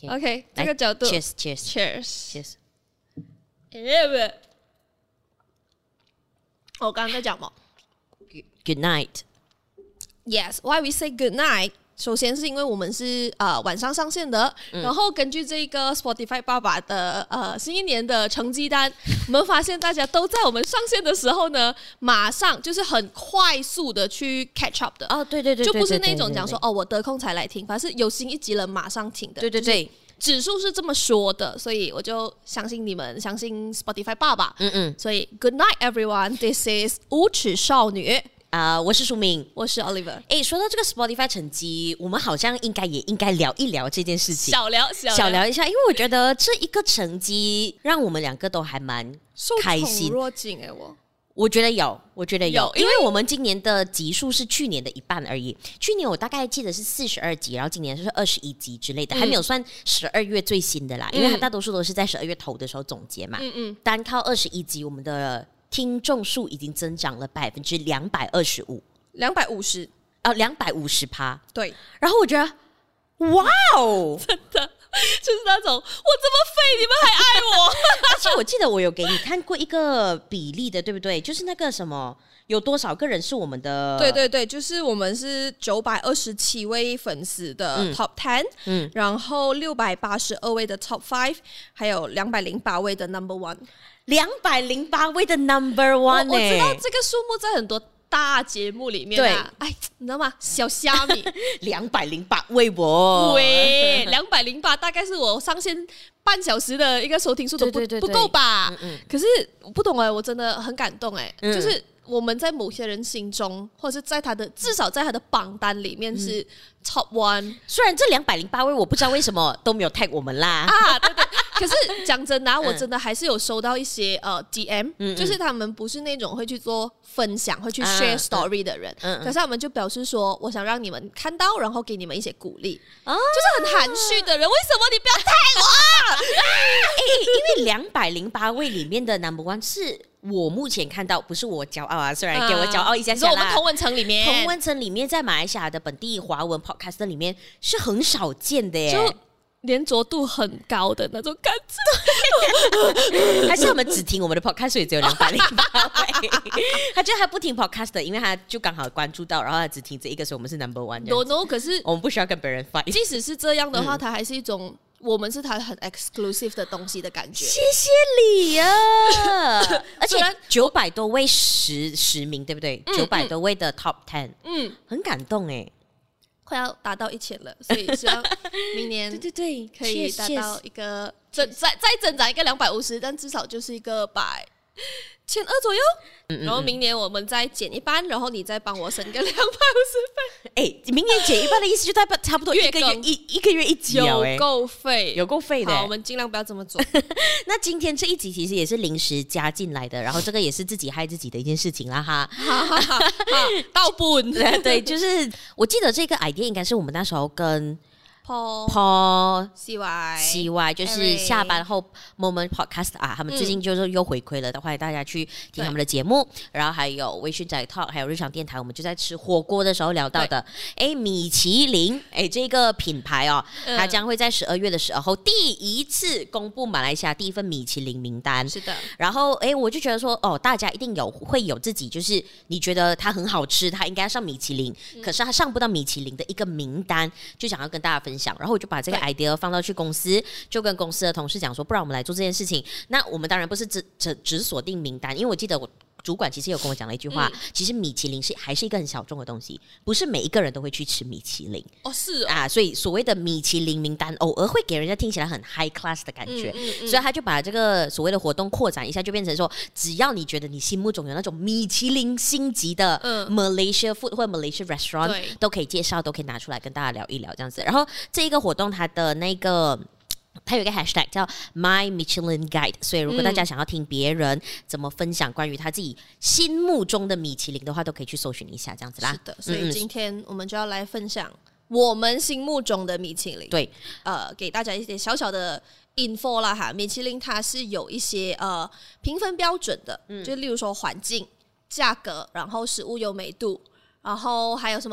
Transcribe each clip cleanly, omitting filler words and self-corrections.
OK， 这个角度 ，Cheers Cheers Cheers Cheers。 我刚刚在讲嘛 Good night。 Yes, why we say good night？ 首先是因为我们是晚上上线的，然后根据这个 Spotify 爸爸的新一年的成绩单，我们发现大家都在我们上线的时候呢，马上就是很快速的去 catch up 的。 哦，对对对， 就不是那种讲说哦我得空才来听，反正是有新一集了马上听的。 对对对， 指数是这么说的，所以我就相信你们，相信 Spotify 爸爸。所以 Good night everyone, this is 无耻少女。 我是淑敏， 我是 Oliver。 说到这个 Spotify 成绩，我们好像也应该聊一聊这件事情， 小聊一下，因为我觉得这一个成绩让我们两个都还蛮开心。 受宠若惊我觉得有，因为我们今年的集数是去年的一半而已。去年我大概记得是42集，然后今年是21集之类的，还没有算12月最新的啦，因为它大多数都是在12月头的时候总结嘛。单靠21集，我们的听众数已经增长了225%，250%。 对， 然后我觉得，哇哦， 真的就是那种我这么废，你们还爱我。 而且我记得我有给你看过一个比例的，对不对？就是那个什么，有多少个人是我们的？ 对对对，就是我们是927位粉丝的 Top 10，然后682位的 Top 5，还有208位的 Number One。208 位的 Number One， 我知道这个数目在很多大节目里面啊，哎，你知道吗？小虾米 208位喂，208大概是我上线半小时的一个收听数都不够吧？可是我不懂我真的很感动就是我们在某些人心中，或者是在至少在他的榜单里面是 Top One。 虽然这208位我不知道为什么都没有 tag 我们啦对对。可是讲真的我真的还是有收到一些DM，就是他们不是那种会去做分享、会去 share story 的人，可是他们就表示说，我想让你们看到，然后给你们一些鼓励，就是很含蓄的人。为什么你不要 tag 我？因为208位里面的 Number One 是我目前看到，不是我骄傲啊，虽然给我骄傲一下下啦。 我们同温层里面， 在马来西亚的本地华文 podcast 里面是很少见的耶。 就连着度很高的那种感觉。 还是我们只听我们的 podcast， 所以只有208位。他就还不听 podcast 的，因为他就刚好关注到，然后他只听这一个，所以我们是 number one。 No， 可是我们不需要跟别人 fight。 即使是这样的话，它还是一种我们是它很 exclusive 的东西的感觉。 谢谢你啊！而且900多位实名，对不对？900多位的 top 10，很感动哎。 快要达到1000了，所以希望明年对可以达到一个再增长一个250，但至少就是一个1200左右。然后明年我们再减一半，然后你再帮我省个250 倍。明年减一半的意思就代表差不多一个月一集有够废的。 好，我们尽量不要这么做。 那今天这一集其实也是临时加进来的，然后这个也是自己害自己的一件事情啦哈。 倒本对，就是我记得这个 idea 应该是我们那时候跟 Paul CY 就是下班后 Moment Podcast 他们最近就是又回馈了，欢迎大家去听他们的节目。然后还有微醺仔 Talk， 还有日常电台，我们就在吃火锅的时候聊到的。米其林这个品牌它将会在12月的时候第一次公布马来西亚第一份米其林名单。 是的。 然后我就觉得说大家一定会有自己就是你觉得它很好吃，它应该上米其林，可是它上不到米其林的一个名单，就想要跟大家分享。然后我就把这个 idea 放到去公司，就跟公司的同事讲说，不然我们来做这件事情。那我们当然不是只锁定名单，因为我记得我主管其实有跟我讲了一句话，其实米其林还是一个很小众的东西，不是每一个人都会去吃米其林。 是所以所谓的米其林名单偶尔会给人家听起来很 high class 的感觉，所以他就把这个所谓的活动扩展一下，就变成说，只要你觉得你心目中有那种米其林星级的 Malaysia food 或者 Malaysia restaurant，都可以介绍，都可以拿出来跟大家聊一聊这样子。然后这一个活动它的那个它有一个 hashtag 叫 My Michelin Guide， 所以如果大家想要听别人怎么分享关于他自己心目中的米其林的话，都可以去搜寻一下这样子啦。 是的，所以今天我们就要来分享我们心目中的米其林。 对， 给大家一些小小的 info 啦哈。米其林它是有一些评分标准的，就例如说环境、价格，然后食物优美度，然后还有什么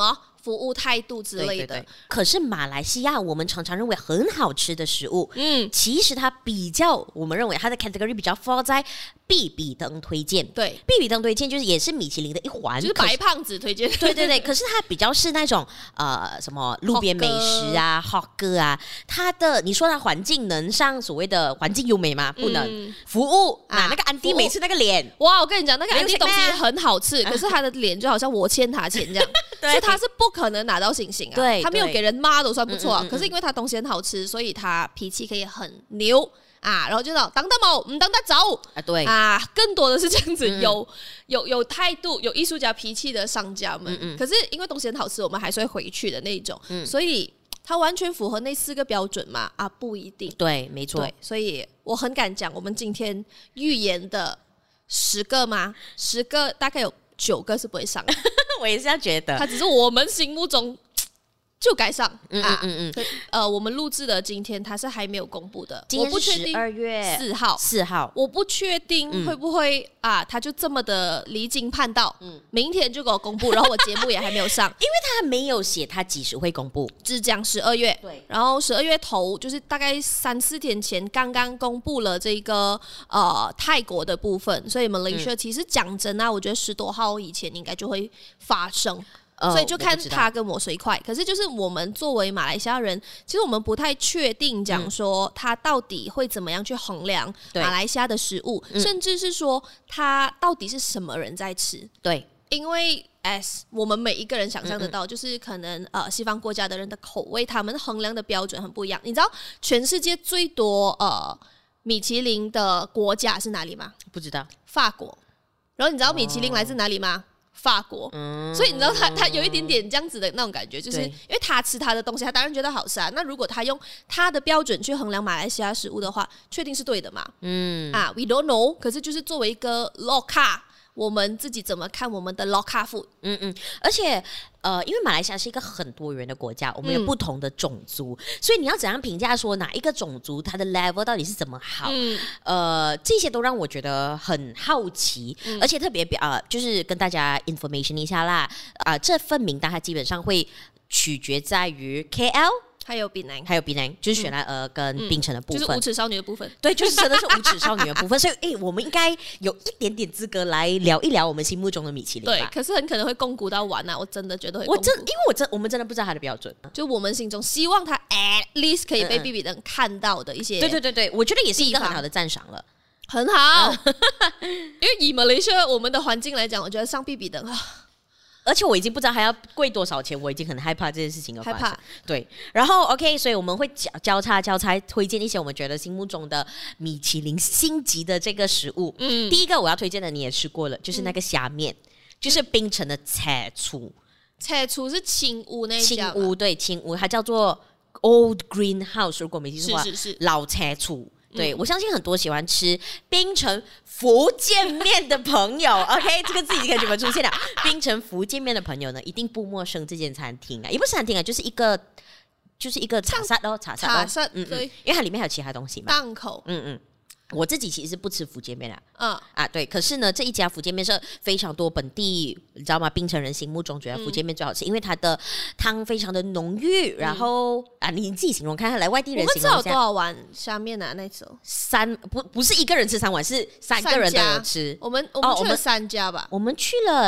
服务态度之类的。 对对对，可是马来西亚我们常常认为很好吃的食物，其实它比较，我们认为它的 category 比较 fall 在必比登推荐。 对， 必比登推荐就是也是米其林的一环， 就是白胖子推荐。 对对对，可是它比较是那种什么路边美食啊、hot 哥啊，它的你说它环境能上所谓的环境优美吗？不能。服务啊，那个安迪每次那个脸， 哇，我跟你讲，那个安迪东西很好吃，可是他的脸就好像我欠他钱这样，所以他是不可能拿到星星啊。 对， 他没有给人骂都算不错啊。可是因为他东西很好吃，所以他脾气可以很牛啊，然后就那种当得某，唔当得走啊，对啊，更多的是这样子，有态度、有艺术家脾气的商家们。可是因为东西很好吃，我们还是会回去的那一种，所以它完全符合那4个标准嘛？啊，不一定。 对，没错。 对，所以我很敢讲，我们今天预言的10个吗？10个大概有9个是不会上的。 我也是这样觉得， 它只是我们心目中就该上我们录制的今天它是还没有公布的， 今天是12月4号， 我不确定会不会它就这么的离经叛道，明天就给我公布，然后我节目也还没有上， 因为他没有写他几时会公布， 只讲12月， 对， 然后12月头就是大概3-4天前刚刚公布了这个泰国的部分，所以Malaysia其实讲真啊，我觉得10多号以前应该就会发生。所以就看他跟我谁快，可是就是我们作为马来西亚人，其实我们不太确定讲说他到底会怎么样去衡量马来西亚的食物，甚至是说他到底是什么人在吃。 对， 因为我们每一个人想象得到，就是可能西方国家的人的口味，他们衡量的标准很不一样。你知道全世界最多米其林的国家是哪里吗？ 不知道， 法国。然后你知道米其林来自哪里吗？法国，所以你知道他有一点点这样子的那种感觉，就是因为他吃他的东西，他当然觉得好吃啊。那如果他用他的标准去衡量马来西亚食物的话，确定是对的嘛？We don't know。可是就是作为一个 local， 我们自己怎么看我们的 local food？ 而且因为马来西亚是一个很多元的国家，我们有不同的种族，所以你要怎样评价说哪一个种族它的 level 到底是怎么好？这些都让我觉得很好奇，而且特别就是跟大家 information 一下啦，这份名单它基本上会取决在于 KL。 还有槟榔，就是雪兰莪跟槟城的部分， 就是无耻少女的部分。 对，就是真的是无耻少女的部分。所以，我们应该有一点点资格来聊一聊我们心目中的米其林吧。 对，可是很可能会共估到完啊！我真的觉得会共估， 因为我们真的不知道它的标准。 就我们心中希望它 at least 可以被必比登看到的一些。 对，我觉得也是一个很好的赞赏了。 很好，因为以马来西亚我们的环境来讲，我觉得上必比登而且我已经不知道还要贵多少钱，我已经很害怕这件事情的发生。 害怕， 对。然后 OK， 所以我们会交叉推荐一些我们觉得心目中的米其林星级的这个食物。第一个我要推荐的你也吃过了，就是那个虾面，就是槟城的菜厨。 菜厨是青屋那一家， 青屋，它叫做 Old Greenhouse， 如果没记错的话， 是老菜厨。对，我相信很多喜欢吃槟城福建面的朋友，OK， 这个字已经开始出现了。槟城福建面的朋友呢，一定不陌生这间餐厅啊，也不是餐厅啊，就是一个茶室咯，茶室，对，因为它里面还有其他东西嘛， 档口， 我自己其实是不吃福建面对，可是呢，这一家福建面是非常多本地，你知道吗？槟城人心目中觉得福建面最好吃，因为它的汤非常的浓郁，然后你自己形容看看，来外地人形容一下。 我们知道多少碗虾面啊？那时候不是一个人吃3碗，是3个人都有吃。 我们去了3家吧？ 我们去了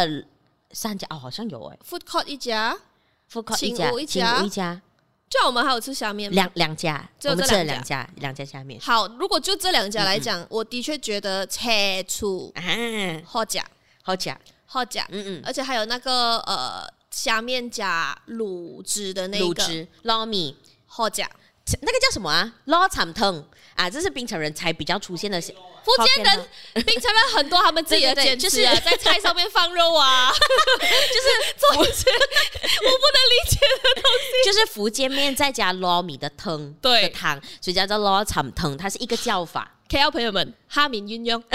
3家好像有 Food Court 一家 ，Food Court 一家。就我们还有吃虾面吗？ 两家，我们吃了两家虾面。 好，如果就这2家来讲，我的确觉得菜厨好假，而且还有那个虾面加卤汁的那个捞米好假， 那个叫什么啊？捞惨汤啊，这是槟城人才比较出现的。 福建人、槟城人很多，他们自己的坚持在菜上面放肉啊，就是做一些我不能理解的东西。 就是福建面再加捞米的汤， 对汤，所以叫做捞惨汤，它是一个叫法。 KL 朋友们，哈民运用。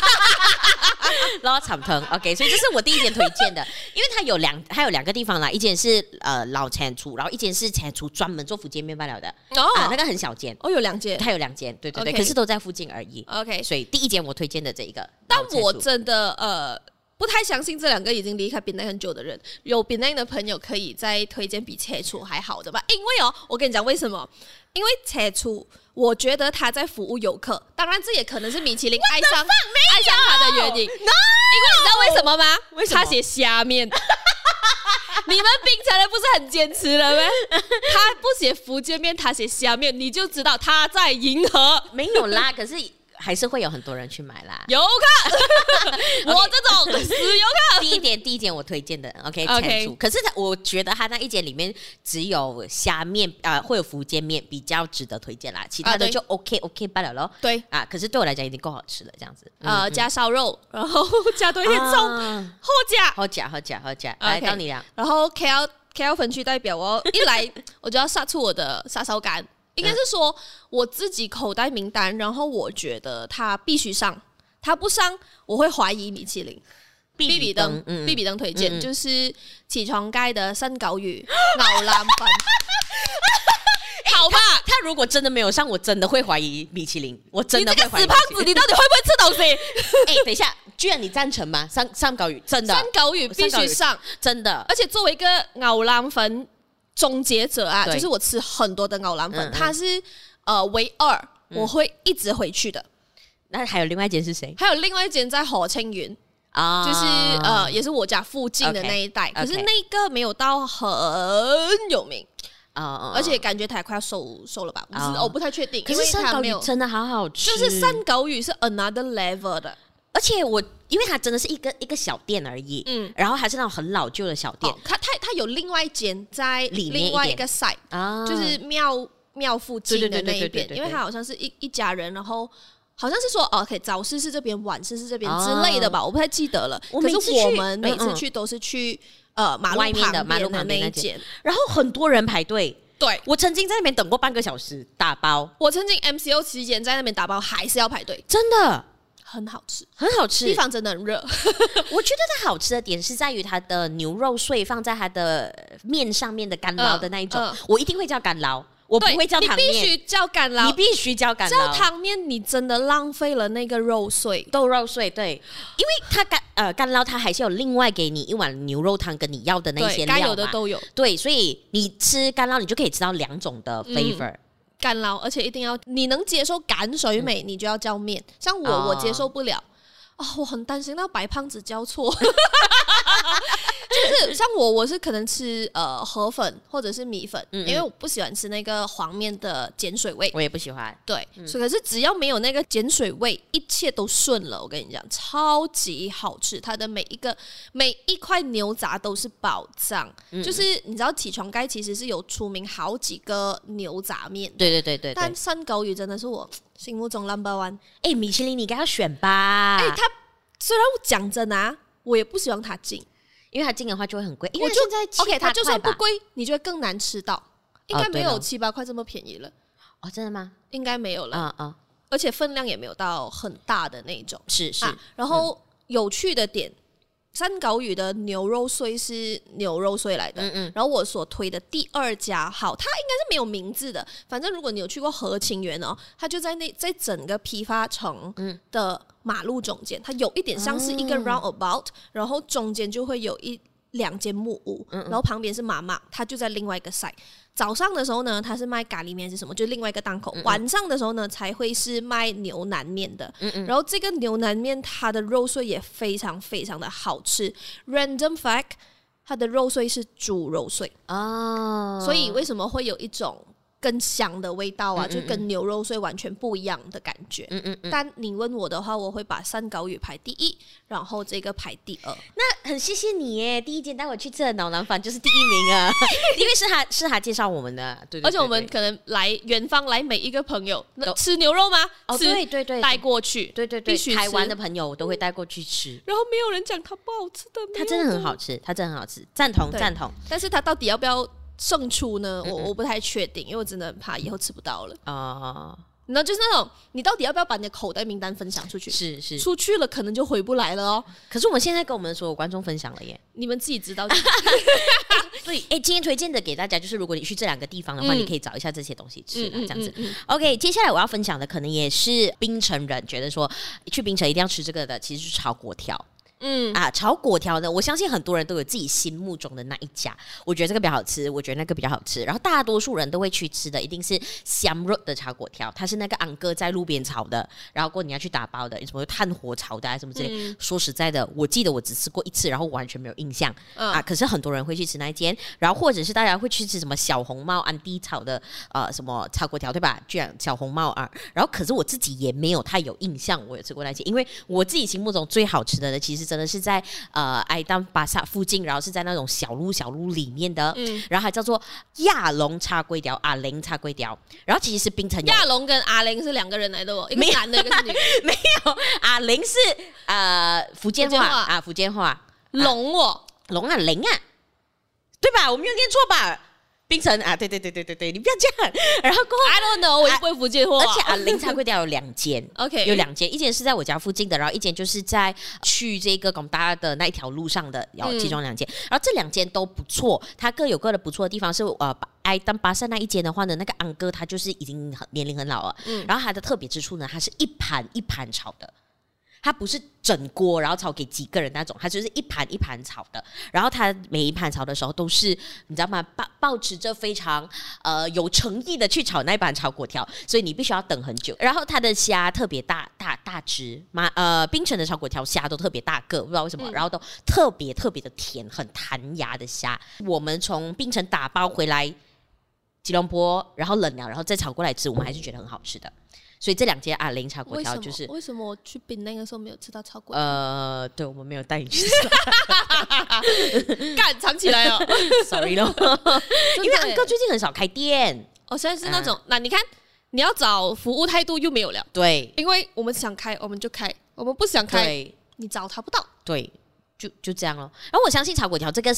捞惨汤 ，OK， 所以这是我第一间推荐的，因为它有2个地方啦，一间是老餐厨，然后一间是餐厨专门做福建面罢了的，那个很小间， 有2间， 它有2间，对，可是都在附近而已 ，OK， 所以第一间我推荐的这一个， 但我真的不太相信这两个已经离开槟榔很久的人，有槟榔的朋友可以再推荐比车厨还好的吧？因为我跟你讲为什么？因为车厨，我觉得他在服务游客，当然这也可能是米其林爱上他的原因。因为你知道为什么吗？ 为什么？ 他写虾面。你们槟城人不是很坚持了吗？他不写福建面，他写虾面，你就知道他在迎合。 没有啦，可是还是会有很多人去买啦。 游客，我这种死游客。 第一间我推荐的 ，OK， 餐厨。可是我觉得他那一间里面只有虾面会有福建面比较值得推荐啦，其他的就 OK 罢了咯。 对啊，可是对我来讲已经够好吃了，这样子。 加烧肉，然后加多一点葱， 好假，来到你了。 然后 KL 分区代表我一来我就要杀出我的杀烧感。应该是说我自己口袋名单，然后我觉得它必须上，它不上我会怀疑米其林。必比登推荐就是起床街的新九魚牛腩粉。好吧， 他如果真的没有上，我真的会怀疑米其林，我真的会怀疑。 你这个死胖子，你到底会不会吃东西？ 等一下，居然你赞成吗？三九魚真的， 三九魚必须上， 真的。 而且作为一个牛腩粉终结者啊，就是我吃很多的牛腩粉，它是唯二我会一直回去的。 那还有另外一间是谁？ 还有另外一间在何清園。就是也是我家附近的那一带，可是那个没有到很有名。而且感觉它快要收了吧？我不太确定。 可是三九魚真的好好吃， 就是三九魚是 another level 的。 而且因为它真的是一个小店而已，然后还是那种很老旧的小店。 它有另外一间在另外一个 side，就是庙附近的那一边，因为它好像是一家人，然后好像是说OK，早市是这边，晚市是这边之类的吧，我不太记得了。可是我们每次去都是去马路旁边的那一间， 然后很多人排队。 对， 我曾经在那边等过半个小时打包。 我曾经 MCO 期间在那边打包，还是要排队， 真的很好吃， 很好吃。 地方真的很热。 我觉得它好吃的点是在于它的牛肉碎放在它的面上面的干捞的那一种，我一定会叫干捞。我不会叫汤面， 你必须叫干捞， 你必须叫干捞。 叫汤面，你真的浪费了那个肉碎， 豆肉碎。对，因为它干捞，它还是有另外给你一碗牛肉汤跟你要的那些料嘛， 该有的都有。 对，所以你吃干捞，你就可以吃到两种的 flavor。 干捞，而且一定要你能接受干水美，你就要叫面。像我接受不了。我很担心那白胖子叫错。就是像我是可能吃河粉或者是米粉，因为我不喜欢吃那个黄面的碱水味， 我也不喜欢。 对，所以可是只要没有那个碱水味，一切都顺了。我跟你讲，超级好吃，它的每一块牛杂都是宝藏。就是你知道起床街其实是有出名好几个牛杂面， 对， 但三九魚真的是我心目中 No.1。 米其林你应该要选吧？ 他虽然我讲真啊，我也不希望他进。 因为它进的话就会很贵，因为现在 OK， 它就算不贵，你就会更难吃到，应该没有7-8块这么便宜了。 真的吗？ 应该没有了。而且分量也没有到很大的那种。是。然后有趣的点，三九魚的牛肉碎是牛肉碎来的。然后我所推的第二家，好，它应该是没有名字的。反正如果你有去过何清園它就在整个批发城的马路中间，它有一点像是一个 roundabout，然后中间就会有2间木屋，然后旁边是妈妈，它就在另外一个 side。早上的时候呢，它是卖咖喱面还是什么，就另外一个档口。晚上的时候呢，才会是卖牛腩面的。然后这个牛腩面它的肉碎也非常非常的好吃。Random fact， 它的肉碎是猪肉碎所以为什么会有一种更香的味道啊，就跟牛肉碎完全不一样的感觉。但你问我的话，我会把三九魚排第一，然后这个排第二。 那很谢谢你耶，第一间带我去吃的牛腩饭就是第一名啊，因为是他介绍我们的。对， 而且我们可能远方来每一个朋友吃牛肉吗？ 对， 带过去。对， 必须台湾的朋友我都会带过去吃。 然后没有人讲它不好吃的， 它真的很好吃，赞同。 但是它到底要不要胜出呢？我不太确定，因为我真的很怕以后吃不到了。然后就是那种，你到底要不要把你的口袋名单分享出去？ 是， 出去了可能就回不来了哦。 可是我们现在跟我们所有观众分享了耶， 你们自己知道。 对，今天推荐的给大家就是，如果你去这2个地方的话，你可以找一下这些东西吃这样子。OK， 接下来我要分享的可能也是槟城人觉得说去槟城一定要吃这个的，其实是炒粿条。 炒粿条呢，我相信很多人都有自己心目中的那一家，我觉得这个比较好吃，我觉得那个比较好吃，然后大多数人都会去吃的一定是香肉的炒粿条，它是那个昂哥在路边炒的，然后过你要去打包的，什么炭火炒的什么之类。说实在的，我记得我只吃过一次，然后完全没有印象可是很多人会去吃那一间，然后或者是大家会去吃什么小红帽安迪炒的什么炒粿条，对吧？居然小红帽然后可是我自己也没有太有印象，我有吃过那间，因为我自己心目中最好吃的呢，其实真的是在爱丹巴萨附近，然后是在那种小路里面的，然后还叫做亚龙叉粿条、阿玲叉粿条，然后其实是槟城亚龙跟阿玲是两个人来的一个男的，一个是女的。 没有，阿玲是福建话福建话龙龙玲对吧？我没有念错吧？槟城对，你不要这样。然后过后 I don't know， 我也不会福建话。 而且林茶粿条有2间 ，OK， 有2间，一间是在我家附近的，然后一间就是在去这个广大的那一条路上的，然后其中2间，然后这2间都不错，它各有各的不错的地方。是爱丹巴萨那一间的话呢，那个昂哥他就是已经年龄很老了，然后它的特别之处呢，它是一盘一盘炒的。它不是整锅然后炒给几个人那种，它就是一盘一盘炒的，然后它每一盘炒的时候都是你知道吗？抱持着非常有诚意的去炒那一盘炒粿条，所以你必须要等很久。然后它的虾特别大只，槟城的炒粿条虾都特别大个，不知道为什么，然后都特别的甜，很弹牙的虾。我们从槟城打包回来吉隆坡，然后冷了，然后再炒过来吃，我们还是觉得很好吃的。所以这2间阿玲炒粿条就是为什么我去槟那个时候没有吃到炒粿条？对，我们没有带你去吃， 干藏起来哦 ，sorry 咯，因为安哥最近很少开店， 现在是那种那你看你要找服务态度又没有了， 对， 因为我们想开我们就开，我们不想开你找他不到， 对。就这样咯，然后我相信炒粿条这个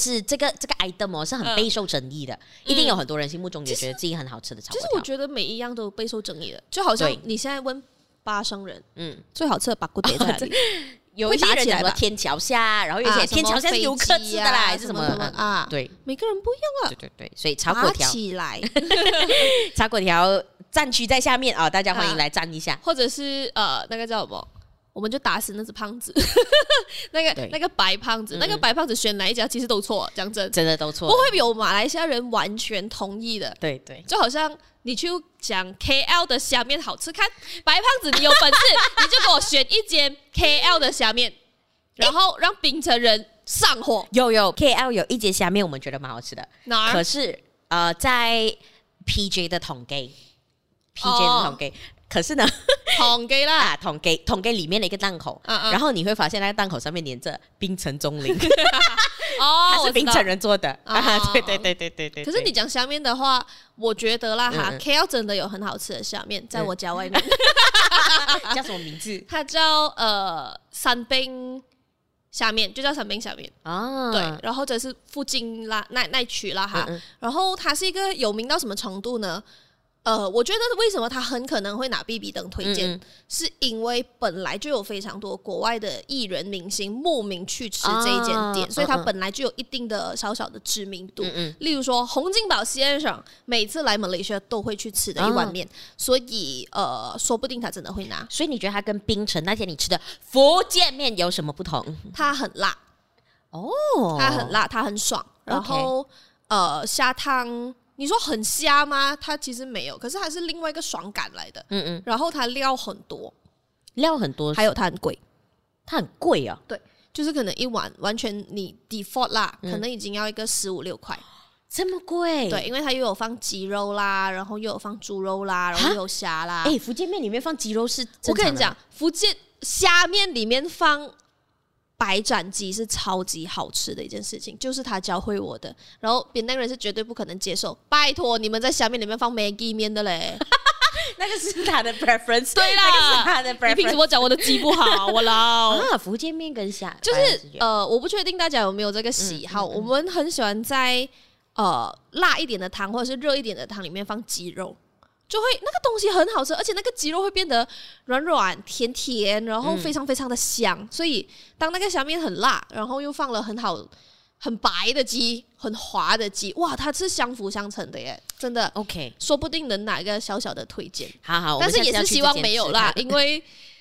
item 是很备受争议的，一定有很多人心目中也觉得自己很好吃的炒粿条。 其实我觉得每一样都备受争议的，就好像你现在问巴生人，最好吃的巴骨碟在哪里？ 有一些人讲说天桥下，然后有一些天桥下是游客吃的啦，还是什么对， 每个人不一样啊。 对，所以炒粿条起来， 炒粿条战区在下面大家欢迎来站一下， 或者是那个叫什么？我们就打死那只胖子，那个白胖子，那个白胖子选哪一家其实都错，讲真的都错， 不会有马来西亚人完全同意的。 对， 就好像你去讲 KL 的虾面好吃，看白胖子，你有本事你就给我选一间 KL 的虾面，然后让槟城人上火。 有 KL 有一间虾面我们觉得蛮好吃的， 哪儿？ 可是在 PJ 的统计 ，PJ 的统计。可是呢， 统计啦， 统计里面的一个档口，然后你会发现那个档口上面连着槟城中林，它是槟城人做的，对。 可是你讲虾面的话，我觉得啦KL 真的有很好吃的虾面，在我家外面， 叫什么名字？ 它叫三冰虾面，就叫三冰虾面对，然后这是附近啦那区啦然后它是一个有名到什么程度呢？我觉得为什么他很可能会拿 BB 灯推荐，是因为本来就有非常多国外的艺人明星慕名去吃这一间店，所以他本来就有一定的小小的知名度。例如说洪金宝先生每次来马来西亚都会去吃的一碗面，所以说不定他真的会拿。 所以你觉得他跟槟城那天你吃的福建面有什么不同？ 它很辣它很辣，它很爽，然后虾汤。你说很虾吗？它其实没有，可是它是另外一个爽感来的。然后它料很多，还有它很贵， 它很贵啊。 对，就是可能一碗完全你 default 啦，可能已经要一个15、16块， 这么贵？ 对，因为它又有放鸡肉啦，然后又有放猪肉啦，然后又有虾啦。 福建面里面放鸡肉是正常的？ 我跟你讲，福建虾面里面放白斩鸡是超级好吃的一件事情，就是他教会我的。然后槟城人是绝对不可能接受，拜托你们在虾面里面放 Maggi 面的嘞， 那个是他的 preference， 对啦， 那个是他的 preference。 你凭什么讲我的鸡不好？我老福建面跟虾就是我不确定大家有没有这个喜好，我们很喜欢在辣一点的汤或者是热一点的汤里面放鸡肉。就会那个东西很好吃，而且那个鸡肉会变得软软甜甜，然后非常非常的香。所以当那个虾面很辣，然后又放了很白的鸡，很滑的鸡，哇，它是相辅相成的耶，真的。 OK， 说不定能拿一个小小的推荐。 好， 但是也是希望没有啦，因为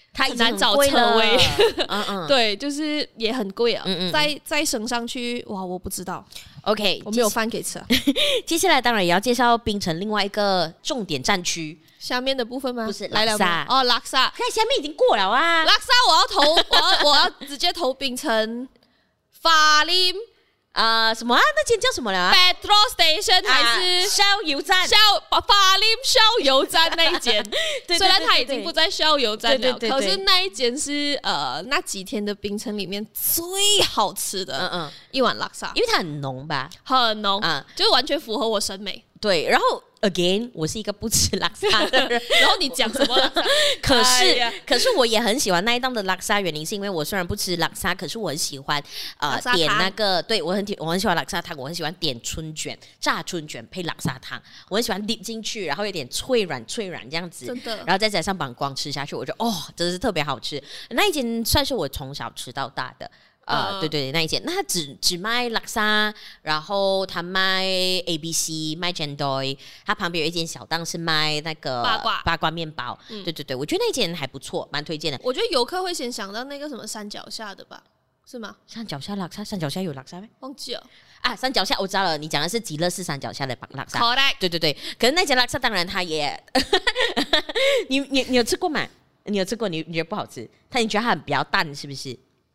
它已经难找很贵了车位嗯对，就是也很贵啊。 嗯再升上去，哇，我不知道， ，OK， 我没有饭可以吃啊。 接下来当然也要介绍槟城另外一个重点战区， 下面的部分吗？ 不是来了拉萨吗？哦，拉萨， 看下面已经过了啊。 拉萨我要投，我要直接投槟城法林什么啊？那间叫什么了啊 Petrol Station 还是 Shell 油站？ 法林 Shell 油站那一间？ 对虽然它已经不在 Shell 油站了， 对可是那一间是那几天的槟城里面最好吃的一碗拉萨， 因为它很浓吧？ 很浓就是完全符合我审美。 对，然后 again， 我是一个不吃拉萨的人， 然后你讲什么拉萨？ 可是我也很喜欢那一档的拉萨，原因是因为我虽然不吃拉萨，可是我很喜欢点那个，对我很喜欢拉萨汤，我很喜欢点春卷，炸春卷配拉萨汤，我很喜欢 dip 进去，然后有点脆软这样子， 真的， 然后再加上膀胱吃下去，我觉得真的是特别好吃。那一间算是我从小吃到大的。对，那一间，那他只卖拉萨，然后他卖 ABC， 卖 Jendoy， 他旁边有一间小档是卖那个八卦面包，对，我觉得那一间还不错，蛮推荐的。 我觉得游客会先想到那个什么山脚下的吧，是吗？ 山脚下拉萨，山脚下有拉萨吗？ 忘记了啊，山脚下我知道了，你讲的是极乐寺山脚下的拉萨。 Correct。 对，可是那间拉萨当然它也，你有吃过吗？你有吃过？你觉得不好吃？你觉得它比较淡是不是？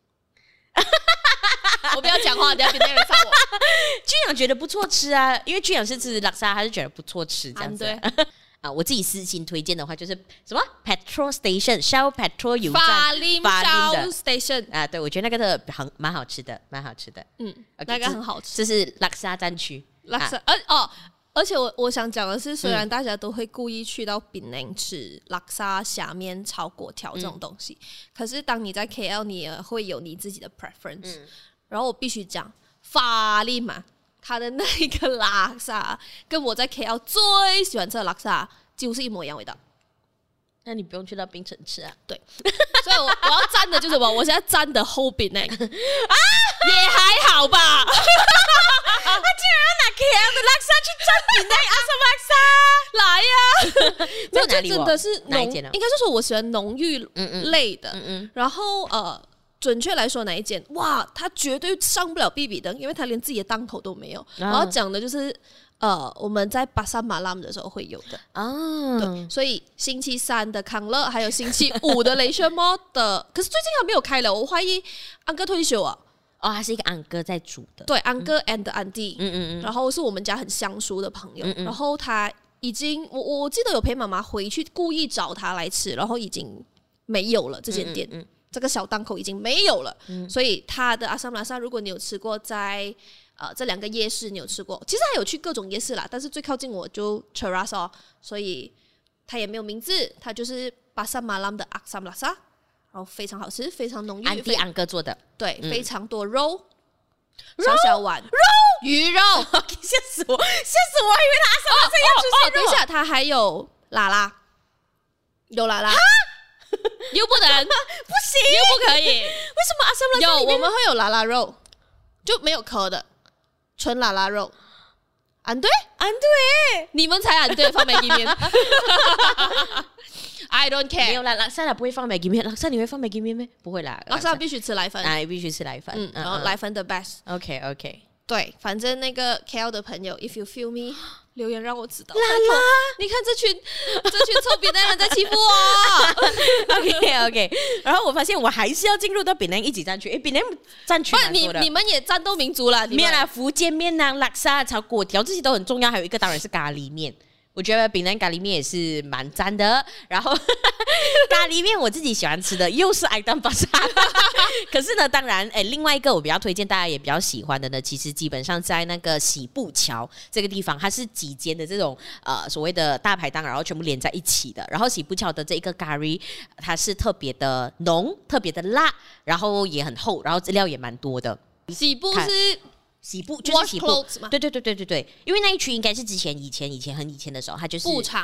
我不要讲话，等下别人上我。 居阳觉得不错吃啊，因为居阳是吃拉萨，他是觉得不错吃这样子。 对我自己私心推荐的话，就是什么 Petrol Station Shell Petrol 油站法林 Shell Station 啊，对我觉得那个蛮好吃的， 那个很好吃。 这是拉萨战区， 拉萨而且我想讲的是，虽然大家都会故意去到槟城吃拉萨虾面炒粿条这种东西，可是当你在 KL， 你也会有你自己的 preference。然后我必须讲，法林嘛，它的那一个拉萨，跟我在 KL 最喜欢吃的拉萨几乎是一模一样味道。 那你不用去到槟城吃啊。 对，所以我要站的就是什么？我现在站的后边呢，也还好吧。 他竟然要拿 KL 的拉萨去站槟城来呀！ 在哪里？ 真的是哪一间呢？ 应该是说我喜欢浓郁类的。然后准确来说哪一间？哇，他绝对上不了必比登，因为他连自己的档口都没有。然后讲的就是我们在巴沙马拉姆的时候会有的对，所以星期三的康乐，还有星期五的雷炫摩的，可是最近还没有开了，我怀疑安哥退休啊。 他是一个安哥在煮的， 对，安哥 and 安弟，然后是我们家很相熟的朋友，然后他已经，我记得有陪妈妈回去故意找他来吃，然后已经没有了这间店，这个小档口已经没有了，所以他的阿萨姆拉萨，如果你有吃过在这两个夜市，你有吃过，其实还有去各种夜市啦，但是最靠近我就 Cheras 所以他也没有名字，他就是巴萨马拉姆的阿萨姆拉萨。然后非常好吃，非常浓郁， 安迪安哥做的， 对，非常多肉，小碗鱼肉， 吓死我！还以为他阿萨姆拉萨要出现等一下，他还有拉拉，又不能， 不行， 又不可以，为什么阿萨姆拉萨有我们会有拉拉肉，就没有壳的，纯拉拉肉。安对，你们才安对放Maggi面I don't care。 没有啦，拉萨不会放Maggi面，拉萨你会放Maggi面吗？不会啦， 拉萨必须吃来粉， 必须吃来粉， 然后来粉的 best。 OK， 对，反正那个 KL 的朋友 ，if you feel me， 留言让我知道。 啦啦， 你看这群臭扁男人在欺负我。 OK， 然后我发现我还是要进入到槟城一级战区，槟城战区蛮多的。 你们也战斗民族啦， 没有啦，福建面啊、拉萨炒粿条这些都很重要，还有一个当然是咖喱面。我觉得槟城咖喱面也是蛮赞的，然后咖喱面我自己喜欢吃的又是爱丹巴沙，可是呢，当然，另外一个我比较推荐大家也比较喜欢的呢，其实基本上在那个喜步桥这个地方，它是几间的这种所谓的大排档，然后全部连在一起的。然后喜步桥的这一个咖喱，它是特别的浓、特别的辣，然后也很厚，然后料也蛮多的。 喜步是。 洗布就是洗布嘛， 对，因为那一区应该是以前很以前的时候，它就是布场，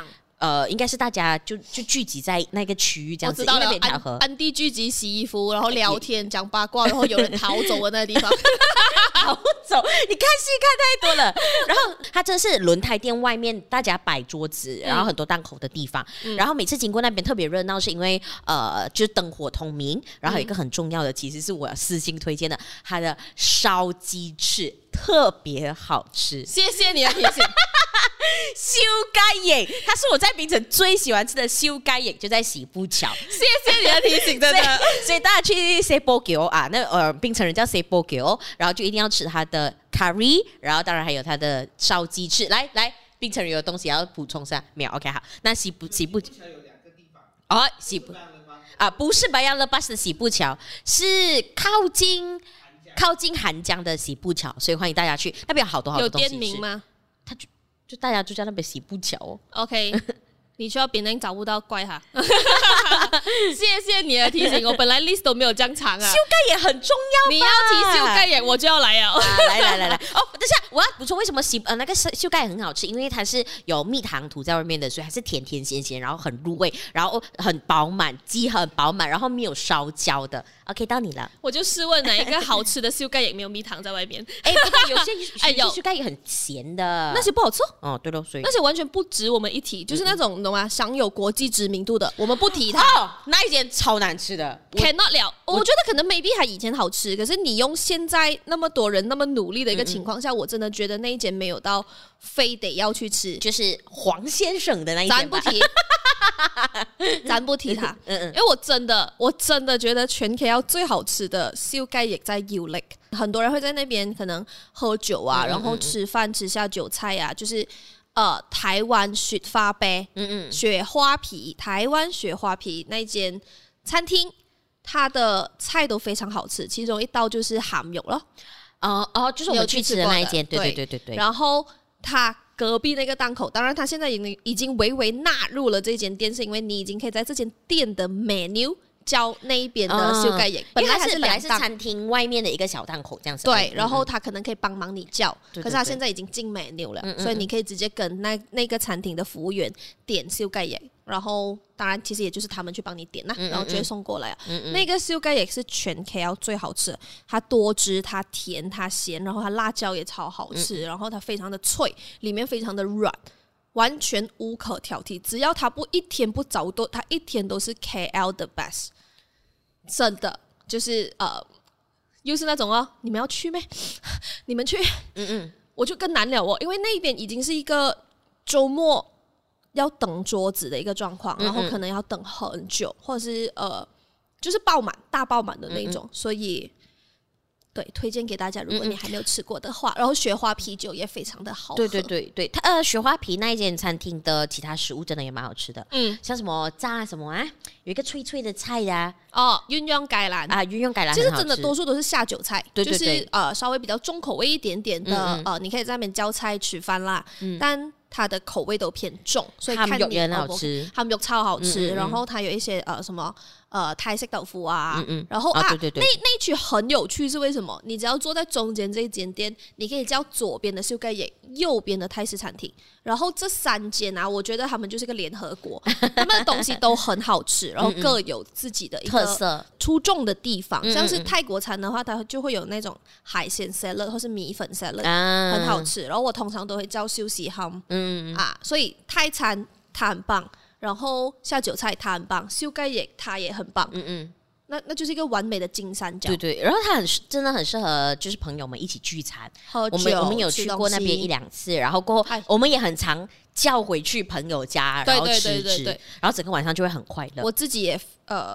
应该是大家就聚集在那个区域这样子， 我知道了， 因为那边条河安地聚集洗衣服，然后聊天讲八卦，然后有人逃走的那个地方。 逃走，你看戏看太多了。然后它真是轮胎店外面大家摆桌子，然后很多档口的地方，然后每次经过那边特别热闹，是因为就是灯火通明，然后有一个很重要的，其实是我私心推荐的，它的烧鸡翅特别好吃。 谢谢你的提醒。 修街影，它是我在槟城最喜欢吃的修街影，就在喜步桥。 谢谢你的提醒，真的。 所以大家去 C 波狗啊，那槟城人叫 C 波狗，然后就一定要吃它的 curry， 然后当然还有它的烧鸡翅。来，槟城人有东西要补充下没有 ？OK， 好，那喜步桥有2个地方哦，喜步啊，不是白杨勒巴斯的喜步桥，是靠近韩江的喜步桥，所以欢迎大家去那边有好多东西吃。 有店名吗？ 它就大家就在那边喜步桥哦。 OK， 你去到别人找不到，怪他。谢谢你的提醒，我本来 list 都没有这样长啊。 修盖也很重要， 你要提修盖也，我就要来了。 来哦，等一下，我要补充为什么那个修盖很好吃，因为它是有蜜糖涂在外面的，所以还是甜甜咸咸，然后很入味，然后很饱满，鸡很饱满，然后没有烧焦的。OK， 到你了。 我就试问哪一个好吃的修盖也没有蜜糖在外面？ 不对，有些修盖也很咸的， 那些不好吃。 哦，对咯，所以那些完全不值我们一提，就是那种你懂吗？享有国际知名度的，我们不提它。 那一间超难吃的 ，cannot 了。我觉得可能 maybe 还以前好吃，可是你用现在那么多人那么努力的一个情况下，我真的觉得那一间没有到非得要去吃， 就是黄先生的那一间吧。 咱不提它，因为我真的觉得全 KL 最好吃的修盖也在 Ulick， 很多人会在那边可能喝酒啊，然后吃饭吃下酒菜啊，就是台湾雪花杯，雪花皮，台湾雪花皮那间餐厅，它的菜都非常好吃，其中一道就是鹹肉了。 就是我们去吃的那一间，对。 然后它隔壁那个档口，当然它现在已经微微纳入了这间店，是因为你已经可以在这间店的 menu 叫那一边的修盖也， 本来是餐厅外面的一个小档口这样子。 对，然后他可能可以帮忙你叫，可是他现在已经进 menu 了，所以你可以直接跟那个餐厅的服务员点修盖也，然后当然其实也就是他们去帮你点啦，然后直接送过来啊。那个修盖也是全 KL 最好吃的，它多汁，它甜，它咸，然后它辣椒也超好吃，然后它非常的脆，里面非常的软。完全无可挑剔，只要他一天不早都，他一天都是 KL 的 best， 真的就是又是那种你们要去咩？你们去，我就更难了因为那边已经是一个周末要等桌子的一个状况，然后可能要等很久，或者是就是大爆满的那种，所以。对，推荐给大家，如果你还没有吃过的话，然后雪花啤酒也非常的好喝。 对，它雪花啤那一间餐厅的其他食物真的也蛮好吃的，像什么炸什么啊，有一个脆脆的菜呀， 鸳鸯芥兰啊，鸳鸯芥兰， 其实真的多数都是下酒菜， 对就是稍微比较重口味一点点的，你可以在那边叫菜吃饭啦，但它的口味都偏重，所以看你也很好吃， 他们肉超好吃，然后它有一些什么泰式豆腐啊，然后对， 那区很有趣是为什么？你只要坐在中间这一间店，你可以叫左边的修盖也，右边的泰式餐厅，然后这3间我觉得他们就是个联合国，他们的东西都很好吃，然后各有自己的一个特色出众的地方。像是泰国餐的话，它就会有那种海鲜 salad 或是米粉 salad，很好吃。然后我通常都会叫休息ham，所以泰餐它很棒。然后下酒菜它很棒，修盖也它也很棒，那就是一个完美的金三角。 对，然后它真的很适合，就是朋友们一起聚餐。 喝酒， 我们有去过那边1-2次，然后过后我们也很常叫回去朋友家，然后吃，然后整个晚上就会很快乐。 我自己也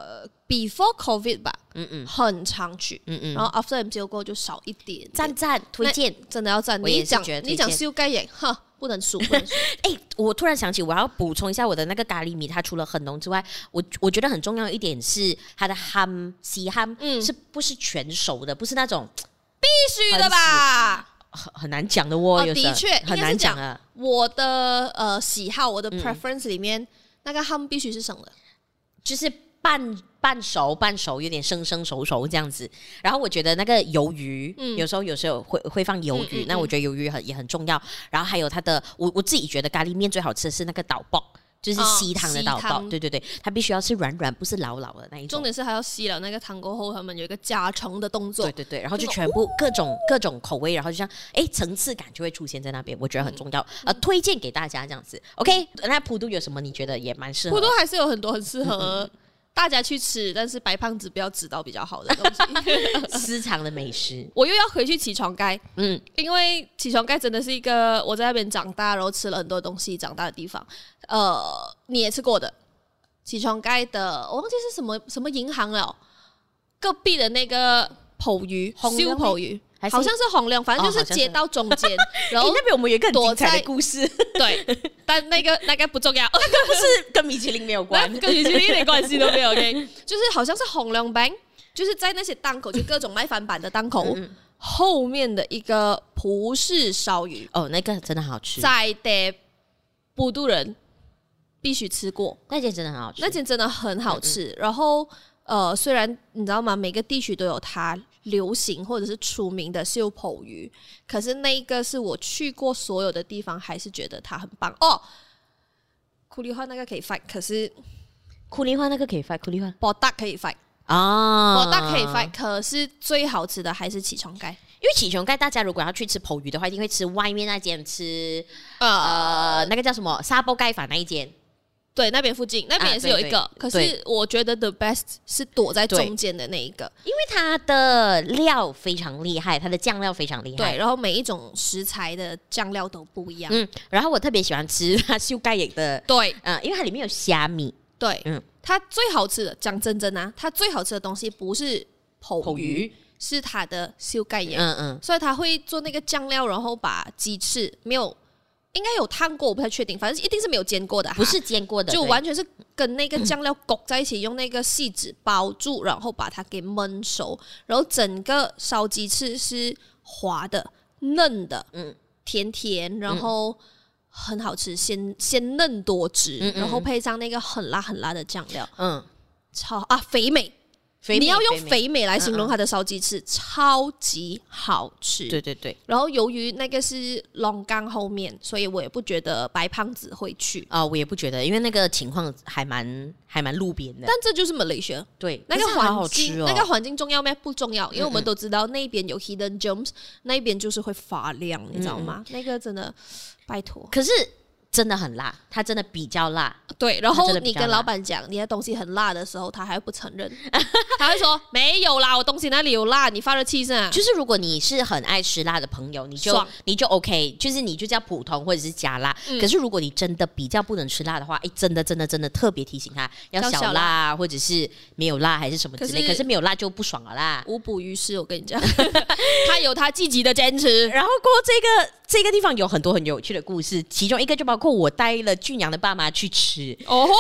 before COVID 吧，很常去，然后 after MCO 过后就少一点。 赞，推荐， 真的要赞。你讲修盖也不能输。 我突然想起，我要补充一下我的那个咖喱米，它除了很浓之外，我觉得很重要一点是它的西ham，是不是全熟的？不是那种必须的吧？ 很难讲的的确很难讲啊。 我的喜好，我的 preference 里面，那个 ham 必须是生的， 就是半熟，有点生熟这样子。然后我觉得那个鱿鱼，有时候会放鱿鱼，那我觉得鱿鱼也很重要。然后还有它的，我自己觉得咖喱面最好吃的是那个倒爆， 就是稀汤的刀包，对对对，它必须要是软软，不是老老的那一种。 重点是还要吸了那个汤过后，他们有一个加成的动作。 对对对，然后就全部各种口味，然后就像层次感就会出现在那边，我觉得很重要。推荐给大家这样子。OK， 那普渡有什么你觉得也蛮适合？ 普渡还是有很多很适合大家去吃，但是白胖子不要知道比较好的东西。 私藏的美食， 我又要回去起床盖，因为起床盖真的是一个我在那边长大，然后吃了很多东西长大的地方。你也吃过的起床盖的，我忘记是什么银行了，隔壁的那个剖鱼，烧剖鱼。好像是洪亮，反正就是街道中间，然后那边我们有一个很精彩的故事， 对，但那个不重要， 那个不是跟米其林没有关， 跟米其林一点关系都没有。OK， 就是好像是洪亮班，就是在那些档口，就各种卖翻版的档口后面的一个葡式烧鱼， 那个真的好吃， 在的普渡人必须吃过， 那间真的很好吃， 那间真的很好吃。然后虽然你知道吗，每个地区都有它流行或者是出名的烧剖鱼，可是那一个是我去过所有的地方，还是觉得它很棒哦。库里花那个可以 fight， 可是库里花那个可以 fight， 库里花博大可以 fight 啊， 博大可以 fight， 可是最好吃的还是起床盖。 因为起床盖，大家如果要去吃剖鱼的话，一定会吃外面那间，吃那个叫什么沙煲盖饭那一间。 对，那边附近那边也是有一个，可是我觉得 the best 是躲在中间的那一个， 因为它的料非常厉害，它的酱料非常厉害， 对，然后每一种食材的酱料都不一样， 然后我特别喜欢吃它烧盖眼的， 对， 因为它里面有虾米， 对，它最好吃的，讲真真啊，它最好吃的东西不是剖鱼，是它的烧盖眼，所以它会做那个酱料，然后把鸡翅没有。应该有烫过，我不太确定，反正一定是没有煎过的， 不是煎过的， 就完全是跟那个酱料裹在一起，用那个锡纸包住，然后把它给焖熟，然后整个烧鸡翅是滑的、嫩的，甜甜，然后很好吃，鲜嫩多汁，然后配上那个很辣很辣的酱料，超肥美。你要用肥美来形容它的烧鸡翅，超级好吃。 对对对。 然后由于那个是龙岗后面，所以我也不觉得白胖子会去我也不觉得，因为那个情况还蛮路边的。 但这就是 Malaysia， 对， 那个环境， 那个环境重要吗？不重要，因为我们都知道那边有 hidden gems， 那一边就是会发亮，你知道吗？那个真的拜托。 可是真的很辣，它真的比较辣。 对，然后你跟老板讲你的东西很辣的时候，他还不承认，他会说没有啦，我东西哪里有辣？你发了气是啊？ 就是如果你是很爱吃辣的朋友，你就 OK， 就是你就叫普通或者是加辣。可是如果你真的比较不能吃辣的话，真的特别提醒他要小辣，或者是没有辣还是什么之类。可是没有辣就不爽了啦， 无补于事。我跟你讲，他有他积极的坚持。 然后过后这个地方有很多很有趣的故事，其中一个就包括我带了俊阳的爸妈去吃，然后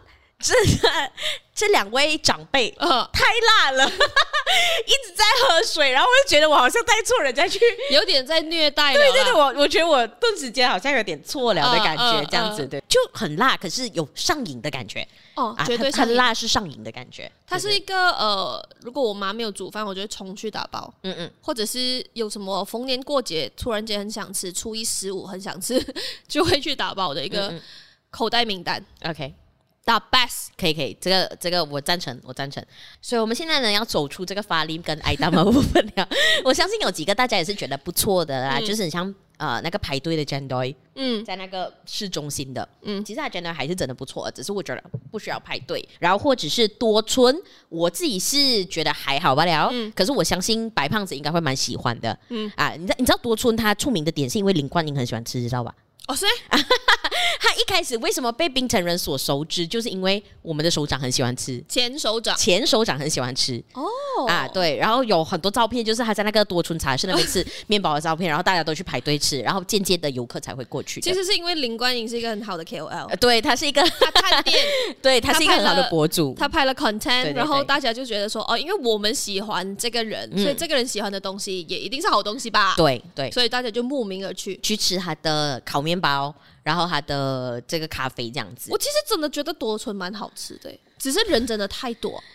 这两位长辈太辣了，一直在喝水，然后我就觉得我好像带错人家去， 有点在虐待了。 对对对，我觉得我顿时间好像有点错了的感觉，这样子对，就很辣，可是有上瘾的感觉。 绝对很辣是上瘾的感觉。 它是一个如果我妈没有煮饭，我就会冲去打包。或者是有什么逢年过节突然间很想吃，初一15很想吃，就会去打包的一个口袋名单。 OK。 The best， 可以，这个我赞成。所以我们现在呢要走出这个法令跟挨打的部分了。我相信有几个大家也是觉得不错的啦，就是很像那个排队的 Jandoi， 在那个市中心的，其实它 Jandoi 还是真的不错，只是我觉得不需要排队。然后或者是多春，我自己是觉得还好罢了，可是我相信白胖子应该会蛮喜欢的。你知道多春它出名的点是因为林冠英很喜欢吃，知道吧？ 是他一开始为什么被槟城人所熟知，就是因为我们的首长很喜欢吃，前首长很喜欢吃对，然后有很多照片，就是他在那个多春茶室那边吃面包的照片，然后大家都去排队吃，然后间接的游客才会过去。 其实是因为林冠英是一个很好的 KOL， 对，他是一个他探店， 对，他是一个很好的博主， 他拍了 content， 对， 然后大家就觉得说因为我们喜欢这个人，所以这个人喜欢的东西也一定是好东西吧？ 对， 所以大家就慕名而去吃他的烤面包，然后他的这个咖啡这样子。 我其实真的觉得多春蛮好吃的，只是人真的太多。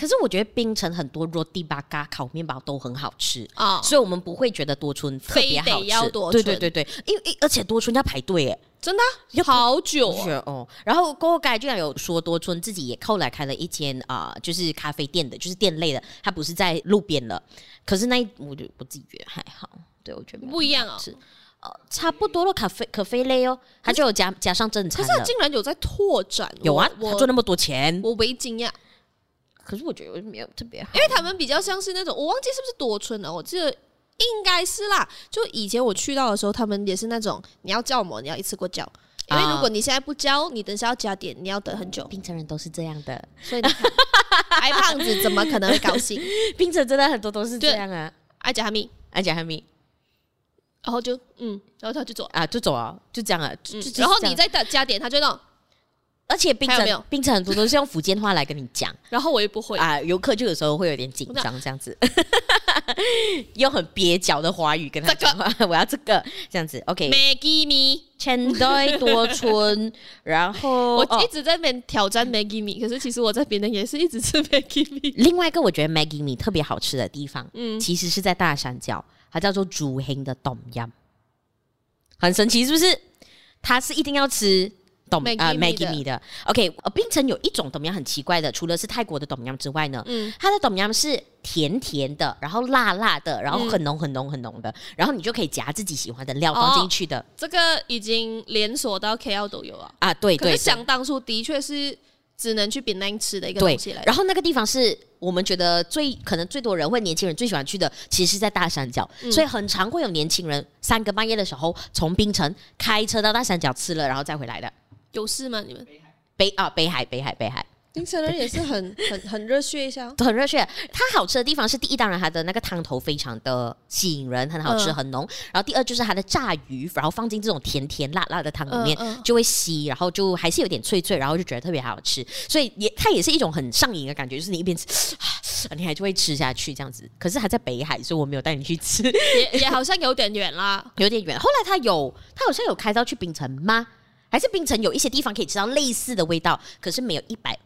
可是我觉得槟城很多 roti bakar 烤面包都很好吃啊所以我们不会觉得多春特别好吃。 非得要多春对，因为而且多春要排队耶。 真的好久哦。然后过后刚才居然有说多春自己也后来开了一间就是咖啡店的，就是店类的，它不是在路边了。可是我自己觉得还好，对我觉得不一样哦。 差不多了，咖啡类哦，它就有加上正餐了。 可是它竟然有在拓展， 有啊，他赚那么多钱， 我微惊讶。 可是我觉得没有特别好， 因为他们比较像是那种，我忘记是不是多春了，我记得应该是啦。就以前我去到的时候，他们也是那种你要叫我们，你要一次过叫，因为如果你现在不叫，你等下要加点，你要等很久。 槟城人都是这样的， 所以你看，矮胖子怎么可能会高兴？ 槟城真的很多都是这样啊， 爱加哈密，然后就然后他就走啊，就走啊，就这样啊， 然后你再加点，他就那种。 而且槟城很多都是用福建话来跟你讲， 然后我也不会啊，游客就有时候会有点紧张这样子，用很蹩脚的华语跟他讲话，我要这个这样子 ，OK。Maggie mee 千堆多春，然后我一直在那边挑战 Maggie mee，可是其实我在别人也是一直吃 Maggie mee。 另外一个我觉得 Maggie mee 特别好吃的地方，其实是在大山脚，它叫做竹兴的冬阴，很神奇是不是？它是一定要吃。Maggie mee 的 ，OK， 槟城有一种冬阴很奇怪的，除了是泰国的冬阴之外呢，它的冬阴是甜甜的，然后辣辣的，然后很浓的，然后你就可以夹自己喜欢的料放进去的。 这个已经连锁到 KL 都有啊， 对。 可是想当初的确是只能去槟城吃的一个东西来。 然后那个地方是我们觉得可能最多人或年轻人最喜欢去的，其实是在大山脚，所以很常会有年轻人3更半夜的时候从槟城开车到大山脚吃了，然后再回来的。 有事吗？你们北海， 槟城人也是很热血一下， 很热血。它好吃的地方是第一，当然它的那个汤头非常的吸引人，很好吃，很浓。然后第二就是它的炸鱼，然后放进这种甜甜辣辣的汤里面，就会吸，然后就还是有点脆脆，然后就觉得特别好吃。所以它也是一种很上瘾的感觉，就是你一边吃，你还就会吃下去这样子。可是还在北海，所以我没有带你去吃， 也好像有点远啦， 有点远。后来它好像有开到去槟城吗？还是槟城有一些地方可以吃到类似的味道，可是没有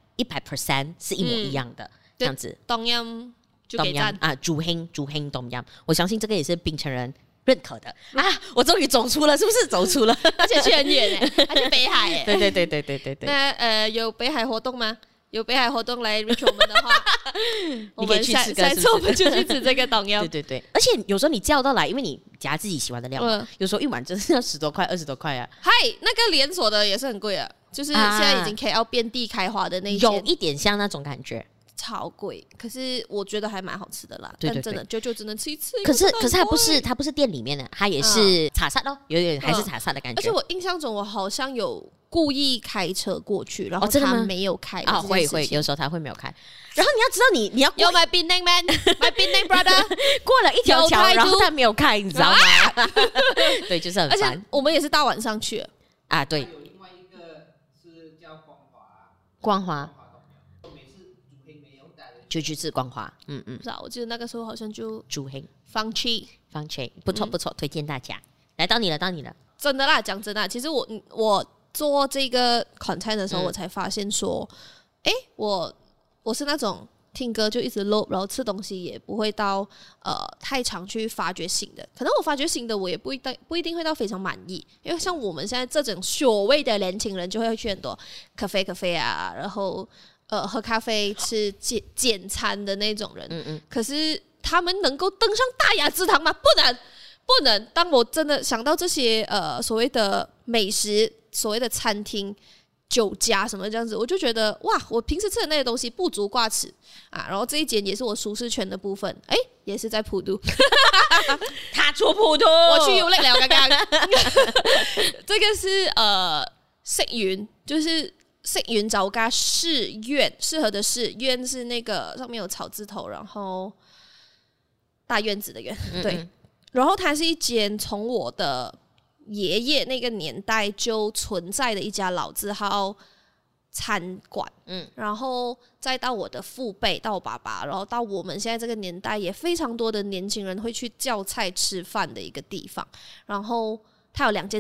100% 是一模一样的这样子。 冬阴就给赞啊，竹兴冬阴，我相信这个也是槟城人认可的啊！我终于走出了，是不是走出了？ 而且去很远哎，而且北海哎。 对。 那有北海活动吗？有北海活动来 reach 我们的话， 你可以去吃个， 下次我们就去吃这个冬阴。 对，而且有时候你叫到来，因为你夹自己喜欢的料，有时候一碗真是要10多块、20多块啊。 嗨，那个连锁的也是很贵啊，就是现在已经 KL 遍地开花的那一间， 有一点像那种感觉。 超贵，可是我觉得还蛮好吃的啦。 对， 但真的就只能吃一次。 可是它不是店里面的，它也是茶沙咯，有点还是茶沙的感觉。 而且我印象中我好像有故意开车过去，然后他没有开啊，会有时候他会没有开。然后你要知道你要有 my big name man，my big name brother， 过了一条桥，然后他没有开，你知道吗？对，就是很烦。 而且我们也是大晚上去啊，对。 有另外一个是叫光华。就去吃光华， 不知道，我记得那个时候好像就竹兴放弃， 不错，推荐大家。来到你了， 真的啦，讲真的，其实我做这个 content 的时候，我才发现说，我是那种听歌就一直 loop， 然后吃东西也不会到太常去发掘新的。可能我发掘新的，我也不一定会到非常满意，因为像我们现在这种所谓的年轻人，就会去很多咖啡啊，然后。喝咖啡吃简餐的那种人，可是他们能够登上大雅之堂吗？不能。当我真的想到这些所谓的美食、所谓的餐厅、酒家什么这样子，我就觉得哇，我平时吃的那些东西不足挂齿啊。然后这一间也是我舒适圈的部分，也是在普渡， 他出普渡， 我去游历了刚刚。这个是食園，就是。食園酒家是院，适合的是院是那个上面有草字头，然后大院子的院，对。然后它是一间从我的爷爷那个年代就存在的一家老字号餐馆，然后再到我的父辈，到我爸爸，然后到我们现在这个年代，也非常多的年轻人会去叫菜吃饭的一个地方。然后它有2间店。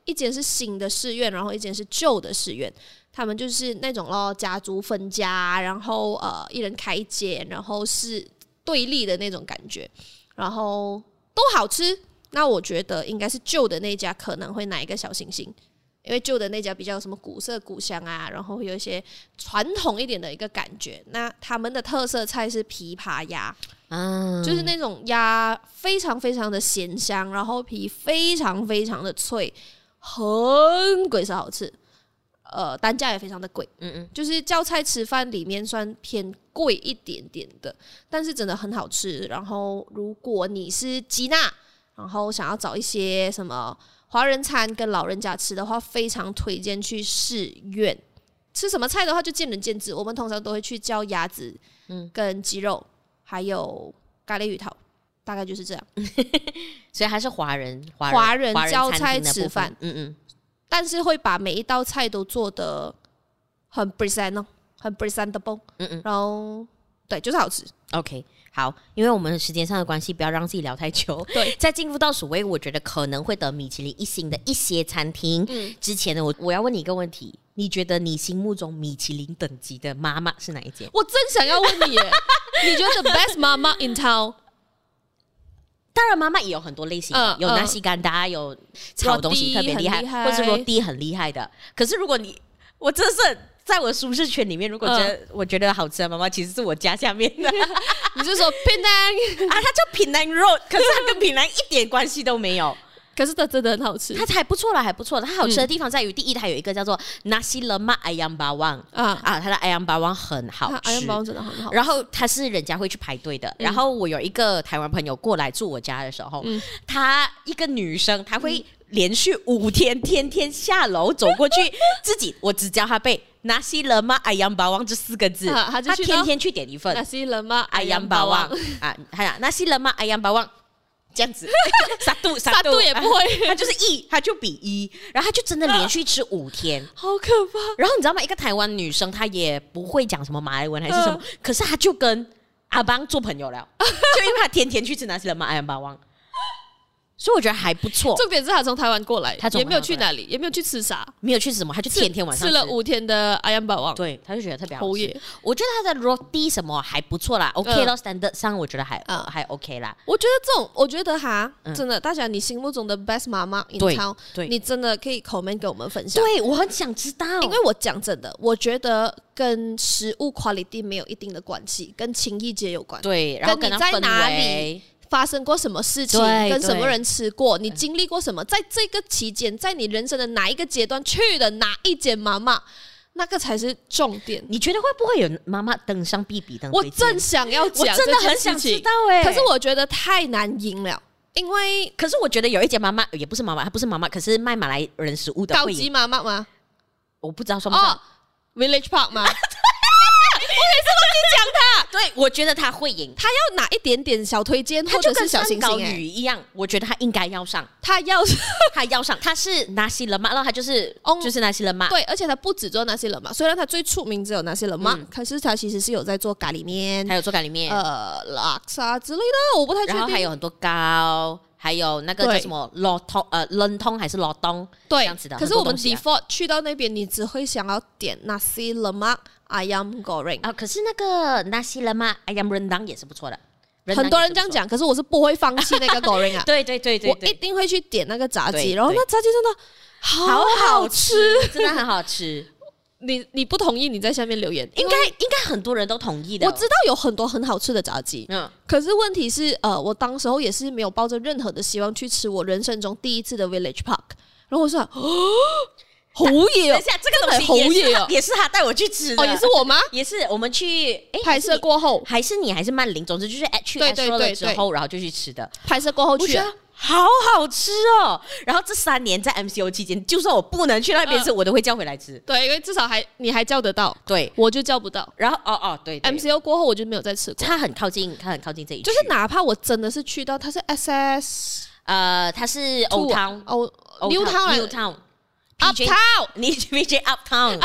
一间是新的寺院，然后一间是旧的寺院。他们就是那种家族分家，然后一人开一间，然后是对立的那种感觉，然后都好吃。那我觉得应该是旧的那家可能会拿一个小星星，因为旧的那家比较有什么古色古香啊，然后会有一些传统一点的一个感觉。那他们的特色菜是琵琶鸭，就是那种鸭非常非常的咸香，然后皮非常非常的脆，很鬼色好吃。单价也非常的贵，就是叫菜吃饭里面算偏贵一点点的，但是真的很好吃。然后如果你是吉娜，然后想要找一些什么华人餐跟老人家吃的话，非常推荐去寺院。吃什么菜的话就见仁见智，我们通常都会去叫鸭子跟鸡肉还有咖喱鱼头，大概就是这样。 所以还是华人叫菜吃饭，但是会把每一道菜都做得很 present 很 presentable，然后对，就是好吃。 OK， 好，因为我们时间上的关系，不要让自己聊太久。 对， 在进入到所谓我觉得可能会得米其林1星的一些餐厅之前呢，我要问你一个问题，你觉得你心目中米其林等级的妈妈是哪一间？ 我正想要问你耶，你觉得 the best mama in town？ 当然，妈妈也有很多类型，有纳西干达，有炒东西特别厉害，或者是 roti 很厉害的。可是如果我真的是在我的舒适圈里面，如果我觉得好吃的妈妈，其实是我家下面的。 你是说 Penang 它叫 Penang Road， 可是它跟 Penang 一点关系都没有。 可是它真的很好吃， 它还不错了，还不错。它好吃的地方在于，第一，它有一个叫做 Nasi Lemak Ayam Bawang 它的 Ayam Bawang 很好吃 ，Ayam Bawang 真的很好吃。 然后它是人家会去排队的。然后我有一个台湾朋友过来住我家的时候，她一个女生，她会连续5天天天下楼走过去，自己我只教她背 Nasi Lemak Ayam Bawang 这4个字，她天天去点一份 Nasi Lemak Ayam Bawang Nasi Lemak Ayam Bawang。这样子，1 也不会， 他就是他就比1，然后他就真的连续吃5天， 好可怕。 然后你知道吗？一个台湾女生，她也不会讲什么马来文还是什么，可是她就跟阿邦做朋友了，就因为她天天去吃那些人嘛，Ayam Bawang。所以我觉得还不错。 重点是他从台湾过来， 他也没有去哪里，也没有去吃啥， 没有去吃什么，他就天天晚上吃了5天的 Ayam Bawang， 对，他就觉得特别好吃。我觉得他的 roti 什么还不错啦，OK 咯，standard 上我觉得还 OK 啦。 我觉得我觉得真的，大家你心目中的 best 妈妈 in town， 你真的可以 comment 给我们分享。 对，我很想知道， 因为我讲真的，我觉得跟食物 quality 没有一定的关系，跟情谊节有关。 对，然后跟你在哪里发生过什么事情，跟什么人吃过，你经历过什么，在这个期间，在你人生的哪一个阶段去的哪一间妈妈，那个才是重点。 你觉得会不会有妈妈登上必比登？ 我正想要讲， 我真的很想知道可是我觉得太难赢了。因为可是我觉得有一间妈妈也不是妈妈，她不是妈妈，可是卖马来人食物的高级妈妈吗？ 我不知道算不算 Village Park 吗？我也是忘记讲他， 对，我觉得他会赢， 他要拿一点点小推荐，或者是小星星， 高宇一样，我觉得他应该要上， 他要上，他是Nasi Lemak，然后他就是Nasi Lemak， 对，而且他不只做Nasi Lemak，虽然他最出名只有Nasi Lemak，可是他其实是有在做咖喱面， 还有做咖喱面， 拉萨之类的，我不太确定， 然后还有很多糕。还有那个叫什么冷通还是罗东对这样子的， 可是我们 default 去到那边，你只会想要点 Nasi Lemak Ayam Goreng 可是那个 Nasi Lemak Ayam Rendang 也是不错的， 很多人这样讲，可是我是不会放弃那个 Goreng 啊， 对， 我一定会去点那个炸鸡，然后那炸鸡真的好好吃， 真的很好吃。 你不同意？你在下面留言。 应该很多人都同意的。 我知道有很多很好吃的炸鸡，可是问题是，我当时候也是没有抱着任何的希望去吃我人生中第一次的 Village Park， 然后我说好野哦， 等一下这个东西也是他带我去吃的， 也是我吗？ 也是我们去拍摄过后， 还是你还是曼玲，总之就是去 Astro 了之后，然后就去吃的。 拍摄过后去。 好好吃哦！然后这3年在 MCO 期间，就算我不能去那边吃，我都会叫回来吃。 对，因为至少你还叫得到， 对， 我就叫不到。 然后对 MCO 过后我就没有再吃过。 它很靠近这一区， 就是哪怕我真的是去到，它是 SS， 它是 Old Town， New Town， Uptown， 你 BJ Uptown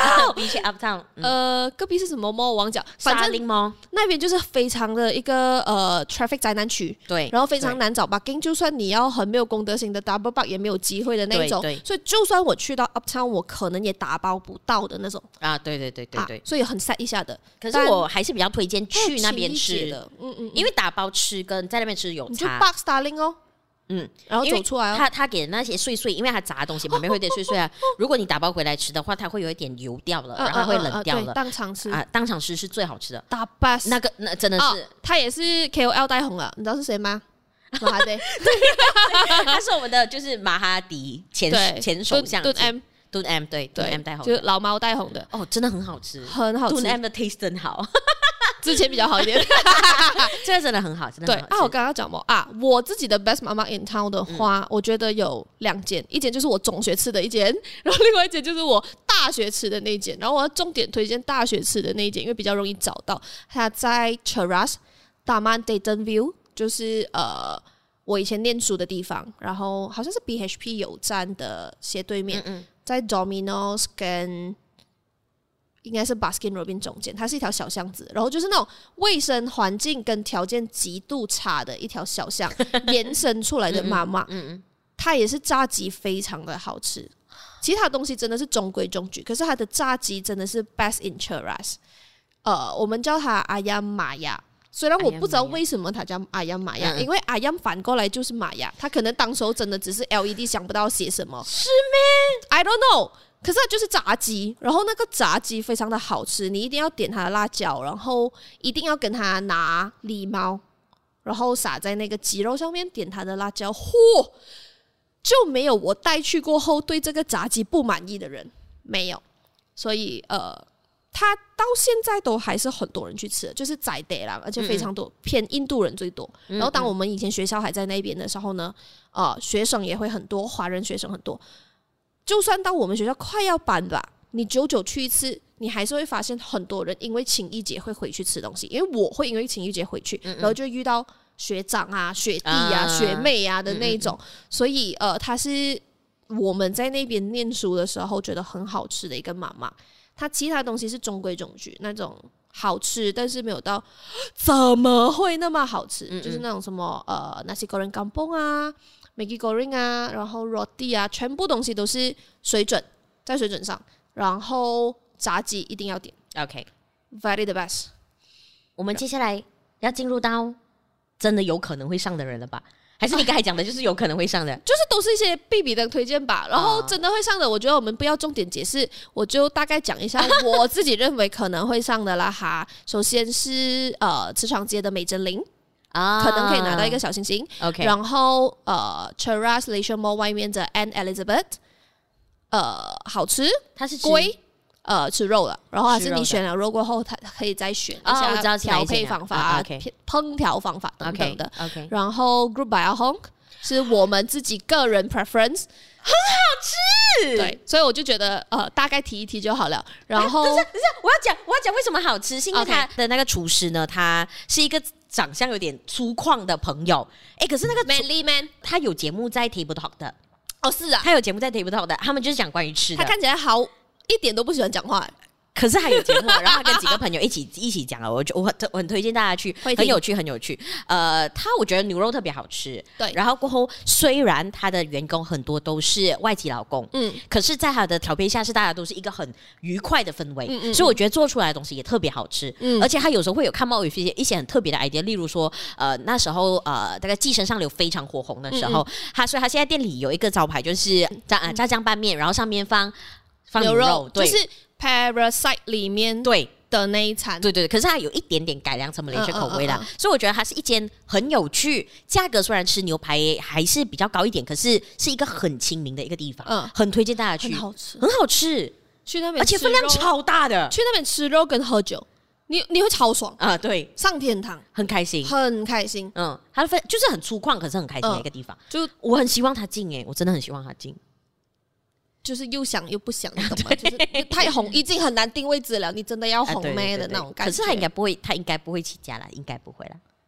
BJ Uptown， 隔壁是什么 mall 我忘记了，反正 Starling Mall 那边就是非常的一个traffic 灾难区， 对， 然后非常难找 parking， 就算你要很没有公德心的 double park 也没有机会的那种， 对， 所以就算我去到 Uptown， 我可能也打包不到的那种啊，对， 所以很 sad 一下的。 可是我还是比较推荐去那边吃的， 因为打包吃跟在那边吃有差。 你就 Park Starling 哦。然后走出来他给的那些碎碎，因为他炸的东西旁边会有点碎碎啊。如果你打包回来吃的话，它会有一点油掉了，然后会冷掉了。 当场吃当场吃是最好吃的。 打 bus 那真的是， 他也是 KOL 带红了，你知道是谁吗？马哈迪， 他是我们的就是马哈迪前首相Dun M 对 Dun M 带红， 就是老猫带红的哦，真的很好吃， 很好吃。 Dun M 的 taste 真好。 之前比较好一点， 这个真的很好，真的很好吃。 对我刚刚讲嘛我自己的 best mama in town 的话，我觉得有2间，一间就是我中学吃的一间，然后另外一间就是我大学吃的那一间。然后我要重点推荐大学吃的那一间，因为比较容易找到。它在 Cheras Taman Dayton View， 就是我以前念书的地方，然后好像是 BHP 有站的斜对面，在 Domino's 跟应该是 Baskin Robbins 中间，它是一条小巷子，然后就是那种卫生环境跟条件极度差的一条小巷延伸出来的妈妈，它也是炸鸡非常的好吃，其他东西真的是中规中矩，可是它的炸鸡真的是 best in Cheras，我们叫它阿亚玛雅。虽然我不知道为什么它叫阿亚玛雅，因为阿亚反过来就是玛雅，它可能当时候真的只是 LED 想不到写什么， 是咩 ？I don't know。可是它就是炸鸡，然后那个炸鸡非常的好吃，你一定要点它的辣椒，然后一定要跟它拿狸猫，然后撒在那个鸡肉上面，点它的辣椒，就没有我带去过后对这个炸鸡不满意的人，没有。所以它到现在都还是很多人去吃，就是在地啦，而且非常多，偏印度人最多。然后当我们以前学校还在那边的时候呢，学生也会很多，华人学生很多。就算到我们学校快要搬吧，你久久去一次，你还是会发现很多人因为情谊节会回去吃东西，因为我会因为情谊节回去，然后就遇到学长啊、学弟啊、学妹啊的那种，所以它是我们在那边念书的时候觉得很好吃的一个妈妈。它其他东西是中规中矩那种好吃，但是没有到怎么会那么好吃，就是那种什么nasi goreng kampung 啊。Maggi goreng 啊，然后 roti 啊，全部东西都是水准，在水准上。然后炸鸡一定要点 ，OK，very the best。 我们接下来要进入到真的有可能会上的人了吧？还是你刚才讲的就是有可能会上的？ 就是都是一些必比的推荐吧。然后真的会上的，我觉得我们不要重点解释，我就大概讲一下我自己认为可能会上的啦哈。首先是磁场街的美珍玲。可能可以拿到一个小星星。 OK， 然后Cheras Leisure Mall 外面的 Anne Elizabeth， 好吃， 它是贵，吃肉了。然后还是你选了肉过后，它可以再选一下调配方法、烹调方法等等的。然后 Group by Hong 是我们自己个人 preference， 很好吃。 对，所以我就觉得大概提一提就好了。然后， 等一下，我要讲为什么好吃，是因为他的那个厨师呢，他是一个长相有点粗犷的朋友。可是那个 Manly Man， 他有节目在 Table Talk 的。 哦，是啊， 他有节目在 Table Talk 的，他们就是讲关于吃的。 他看起来好一点都不喜欢讲话。 可是还有节目，然后他跟几个朋友一起讲了，我很推荐大家去，很有趣，很有趣。我觉得牛肉特别好吃， 对。 然后过后，虽然他的员工很多都是外籍劳工，可是在他的调配下，是大家都是一个很愉快的氛围，所以我觉得做出来的东西也特别好吃。而且他有时候会有看到有一些很特别的 idea， 例如说，那时候大概寄生上流非常火红的时候，所以他现在店里有一个招牌就是炸酱拌面，然后上面放牛肉，对。 就是 Parasite 里面对的那一餐， 对，可是它有一点点改良成马来西亚口味啦，所以我觉得它是一间很有趣，价格虽然吃牛排还是比较高一点，可是是一一个很亲民的一个地方，很推荐大家去， 很好吃， 很好吃， 去那边， 而且分量超大的， 去那边吃肉跟喝酒，你会超爽啊，对， 上天堂， 很开心， 很开心， 它的就是很粗犷，可是很开心的一个地方，就我很希望它进我真的很希望它进。 就是又想又不想，你懂吗？就是太红，已经很难定位置了。你真的要红咩的那种感觉。 可是他应该不会起价啦，应该不会啦。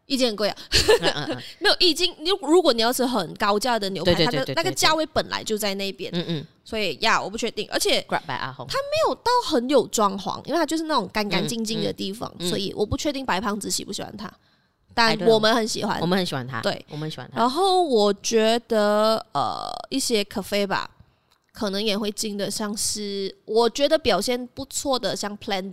意见很贵啊，没有意境。如果你要吃很高价的牛排，它的那个价位本来就在那边，所以我不确定。而且它没有到很有装潢，因为它就是那种干干净净的地方，所以我不确定白胖子喜不喜欢它。但我们很喜欢， 我们很喜欢它， 对， 我们很喜欢它。 然后我觉得一些咖啡吧，可能也会进的，像是我觉得表现不错的，像 Plan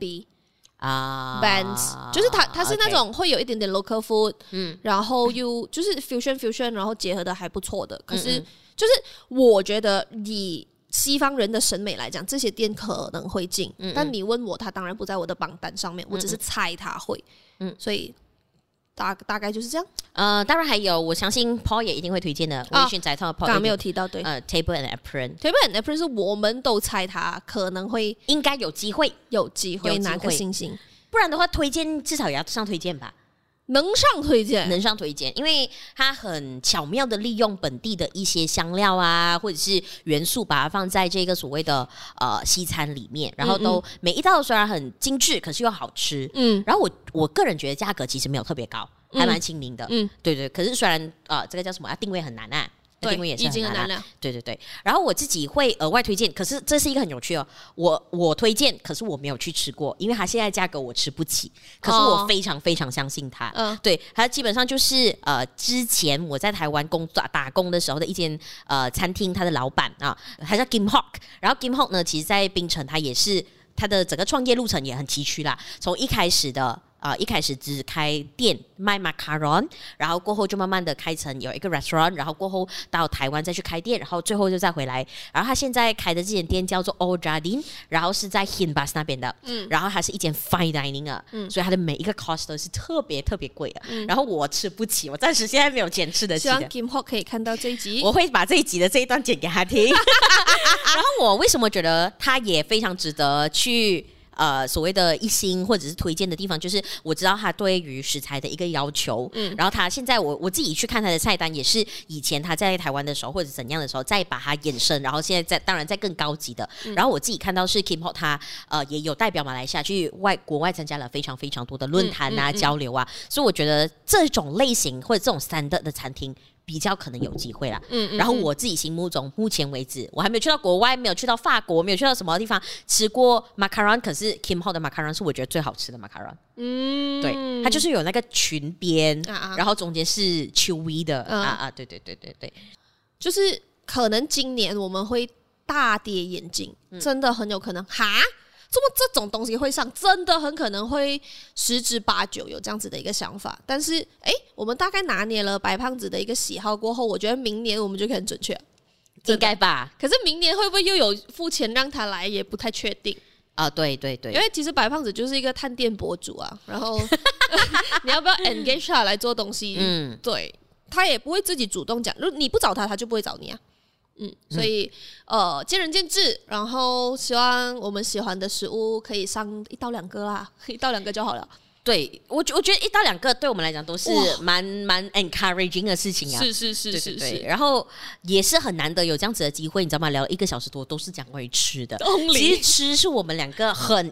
B。Bands 就是它是那种会有一点点 local food，然后又就是 fusion， 然后结合的还不错的。可是就是我觉得以西方人的审美来讲，这些店可能会进，但你问我，它当然不在我的榜单上面，我只是猜它会，所以大概就是这样。 当然还有，我相信 Paul 也一定会推荐的，微醺宅套 Paul 刚刚没有提到，对 ，Table and Apron 是我们都猜他可能会应该有机会拿个星星， 不然的话推荐至少也要上推荐吧。 能上推荐， 因为它很巧妙的利用本地的一些香料啊，或者是元素，把它放在这个所谓的西餐里面，然后都每一道虽然很精致，可是又好吃。然后我个人觉得价格其实没有特别高，还蛮亲民的。对，可是虽然这个叫什么定位很难啊。定位也是很难，对。然后我自己会额外推荐，可是这是一个很有趣哦。我推荐，可是我没有去吃过，因为它现在价格我吃不起。可是我非常非常相信它。对，它基本上就是之前我在台湾打工的时候的一间餐厅，它的老板他叫 Kim Hock。然后 Kim Hock 呢，其实在槟城，它也是它的整个创业路程也很崎岖啦。从一开始只开店卖 macaron， 然后过后就慢慢的开成有一个 restaurant， 然后过后到台湾再去开店，然后最后就再回来。然后他现在开的这间店叫做 Old Jardine， 然后是在 Hinbus 那边的，然后它是一间 fine dining 啊，所以它的每一个 cost 都是特别特别贵的。然后我吃不起，我暂时现在没有钱吃得起的。 希望 Kim Hock 可以看到这一集， 我会把这一集的这一段剪给他听。然后我为什么觉得他也非常值得去所谓的一星或者是推荐的地方，就是我知道他对于食材的一个要求，然后他现在我自己去看他的菜单，也是以前他在台湾的时候或者怎样的时候再把它衍生，然后现在当然在更高级的，然后我自己看到是 Kim Hock 他也有代表马来西亚去国外参加了非常非常多的论坛啊交流啊，所以我觉得这种类型或者这种 standard 的餐厅比较可能有机会啦。然后我自己心目中目前为止我还没有去到国外，没有去到法国，没有去到什么地方吃过 macaron， 可是 Kim Hock 的 macaron 是我觉得最好吃的 macaron。对，它就是有那个裙边，然后中间是 chewy 的对， 就是可能今年我们会大跌眼镜，真的很有可能这种东西会上，真的很可能会10之8九有这样子的一个想法。但是我们大概拿捏了白胖子的一个喜好过后，我觉得明年我们就可以很准确， 应该吧。 可是明年会不会又有付钱让他来也不太确定对，因为其实白胖子就是一个探店博主啊，然后你要不要 engage 他来做东西？对，他也不会自己主动讲，如果你不找他，他就不会找你啊。所以见仁见智，然后希望我们喜欢的食物可以上1到2个啦，1到2个就好了。 对，我觉得1到2个对我们来讲都是蛮 encouraging 的事情啊。 是， 然后也是很难得有这样子的机会，你知道吗？聊了1个小时多都是讲关于吃的。其实吃是我们2个很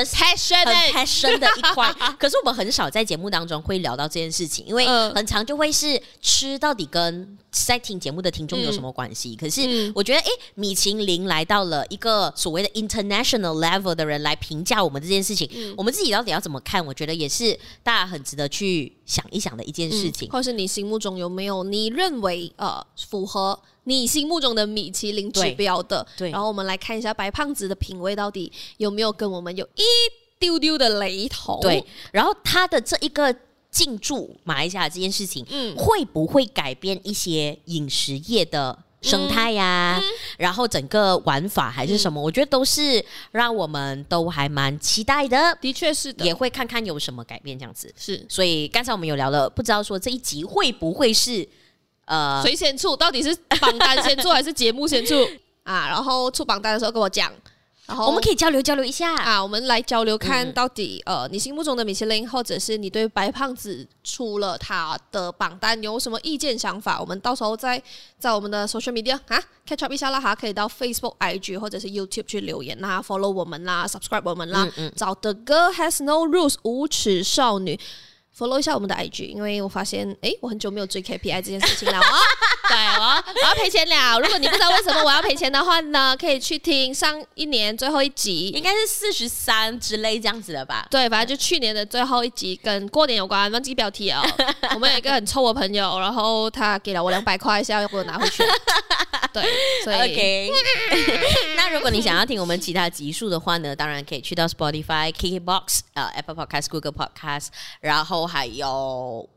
passion 的一块，可是我们很少在节目当中会聊到这件事情，因为很常就会是吃到底跟在听节目的听众有什么关系？可是我觉得，米其林来到了一个所谓的 international level 的人来评价我们这件事情，我们自己到底要怎么看？我觉得也是大家很值得去想一想的一件事情。 或是你心目中有没有你认为符合你心目中的米其林指标的？对，然后我们来看一下白胖子的品味到底有没有跟我们有一丢丢的雷同？ 对，然后他的这一个进驻马来西亚这件事情，会不会改变一些饮食业的生态呀，然后整个玩法还是什么，我觉得都是让我们都还蛮期待的。 的确是的， 也会看看有什么改变这样子。 是， 所以刚才我们有聊了，不知道说这一集会不会是谁先出？到底是榜单先出还是节目先出啊？然后出榜单的时候跟我讲。然后我们可以交流一下我们来交流看到底你心目中的米其林，或者是你对白胖子出了他的榜单有什么意见想法？我们到时候在我们的 social media catch up 一下啦可以到 Facebook、IG 或者是 YouTube 去留言啦 ，follow 我们啦 ，subscribe 我们啦，找 The Girl Has No Rules 无耻少女。 follow 一下我们的 IG， 因为我发现我很久没有追 KPI 这件事情了对，我要赔钱了。如果你不知道为什么我要赔钱的话呢，可以去听上一年最后一集， 应该是43之类这样子的吧？ 对，反正就去年的最后一集跟过年有关，忘记标题了。我们有一个很臭的朋友，然后他给了我200块，现在要给我拿回去。对，所以 OK 那如果你想要听我们其他集数的话呢，当然可以去到 Spotify、KKBox、Apple Podcast、Google Podcast， 然后还有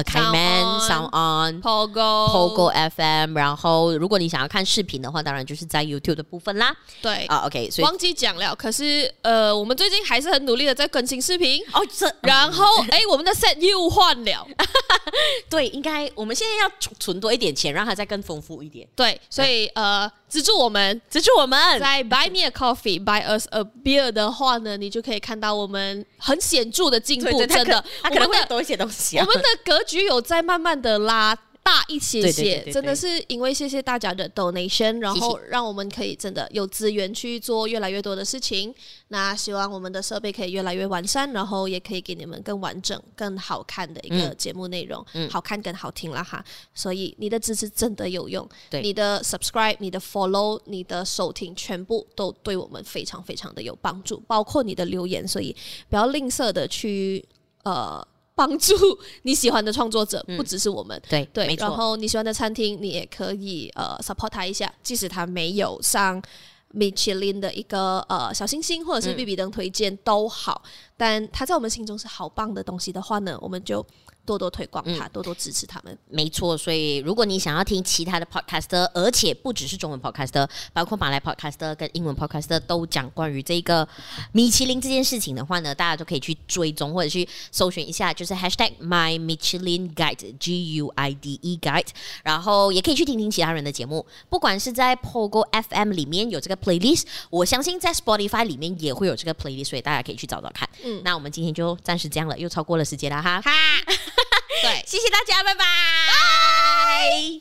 Sound On、Pogo FM， 然后如果你想要看视频的话，当然就是在 YouTube 的部分啦。 对 OK， 所以忘记讲了，可是我们最近还是很努力的在更新视频然后我们的 set 又换了对，应该我们现在要存多一点钱，让它再更丰富一点。 对，所以资助我们在 Buy Me a Coffee Buy Us a Beer 的话呢，你就可以看到我们很显著的进步。真的， 它可能会多一些东西我们的格局有在慢慢的拉大一些些， 对， 真的是因为谢谢大家的 donation， 然后让我们可以真的有资源去做越来越多的事情。那希望我们的设备可以越来越完善，然后也可以给你们更完整、更好看的一个节目内容，好看更好听啦哈。所以你的支持真的有用，你的 subscribe、你的 follow、你的收听，全部都对我们非常非常的有帮助，包括你的留言，所以不要吝啬的去帮助你喜欢的创作者，不只是我们。 对，没错。 然后你喜欢的餐厅，你也可以support 他一下，即使他没有上米其林的一个小星星，或者是 BB 灯推荐都好，但他在我们心中是好棒的东西的话呢，我们就多多推广它，多多支持他们。 没错，所以如果你想要听其他的 podcaster， 而且不只是中文 podcaster， 包括马来 podcaster 跟英文 podcaster 都讲关于这个米其林这件事情的话呢，大家都可以去追踪或者去搜寻一下，就是 #MyMichelinGuide GUIDE Guide， 然后也可以去听听其他人的节目，不管是在 Pogo FM 里面有这个 playlist， 我相信在 Spotify 里面也会有这个 playlist， 所以大家可以去找找看。那我们今天就暂时这样了，又超过了时间了哈。 对， 谢谢大家，拜拜。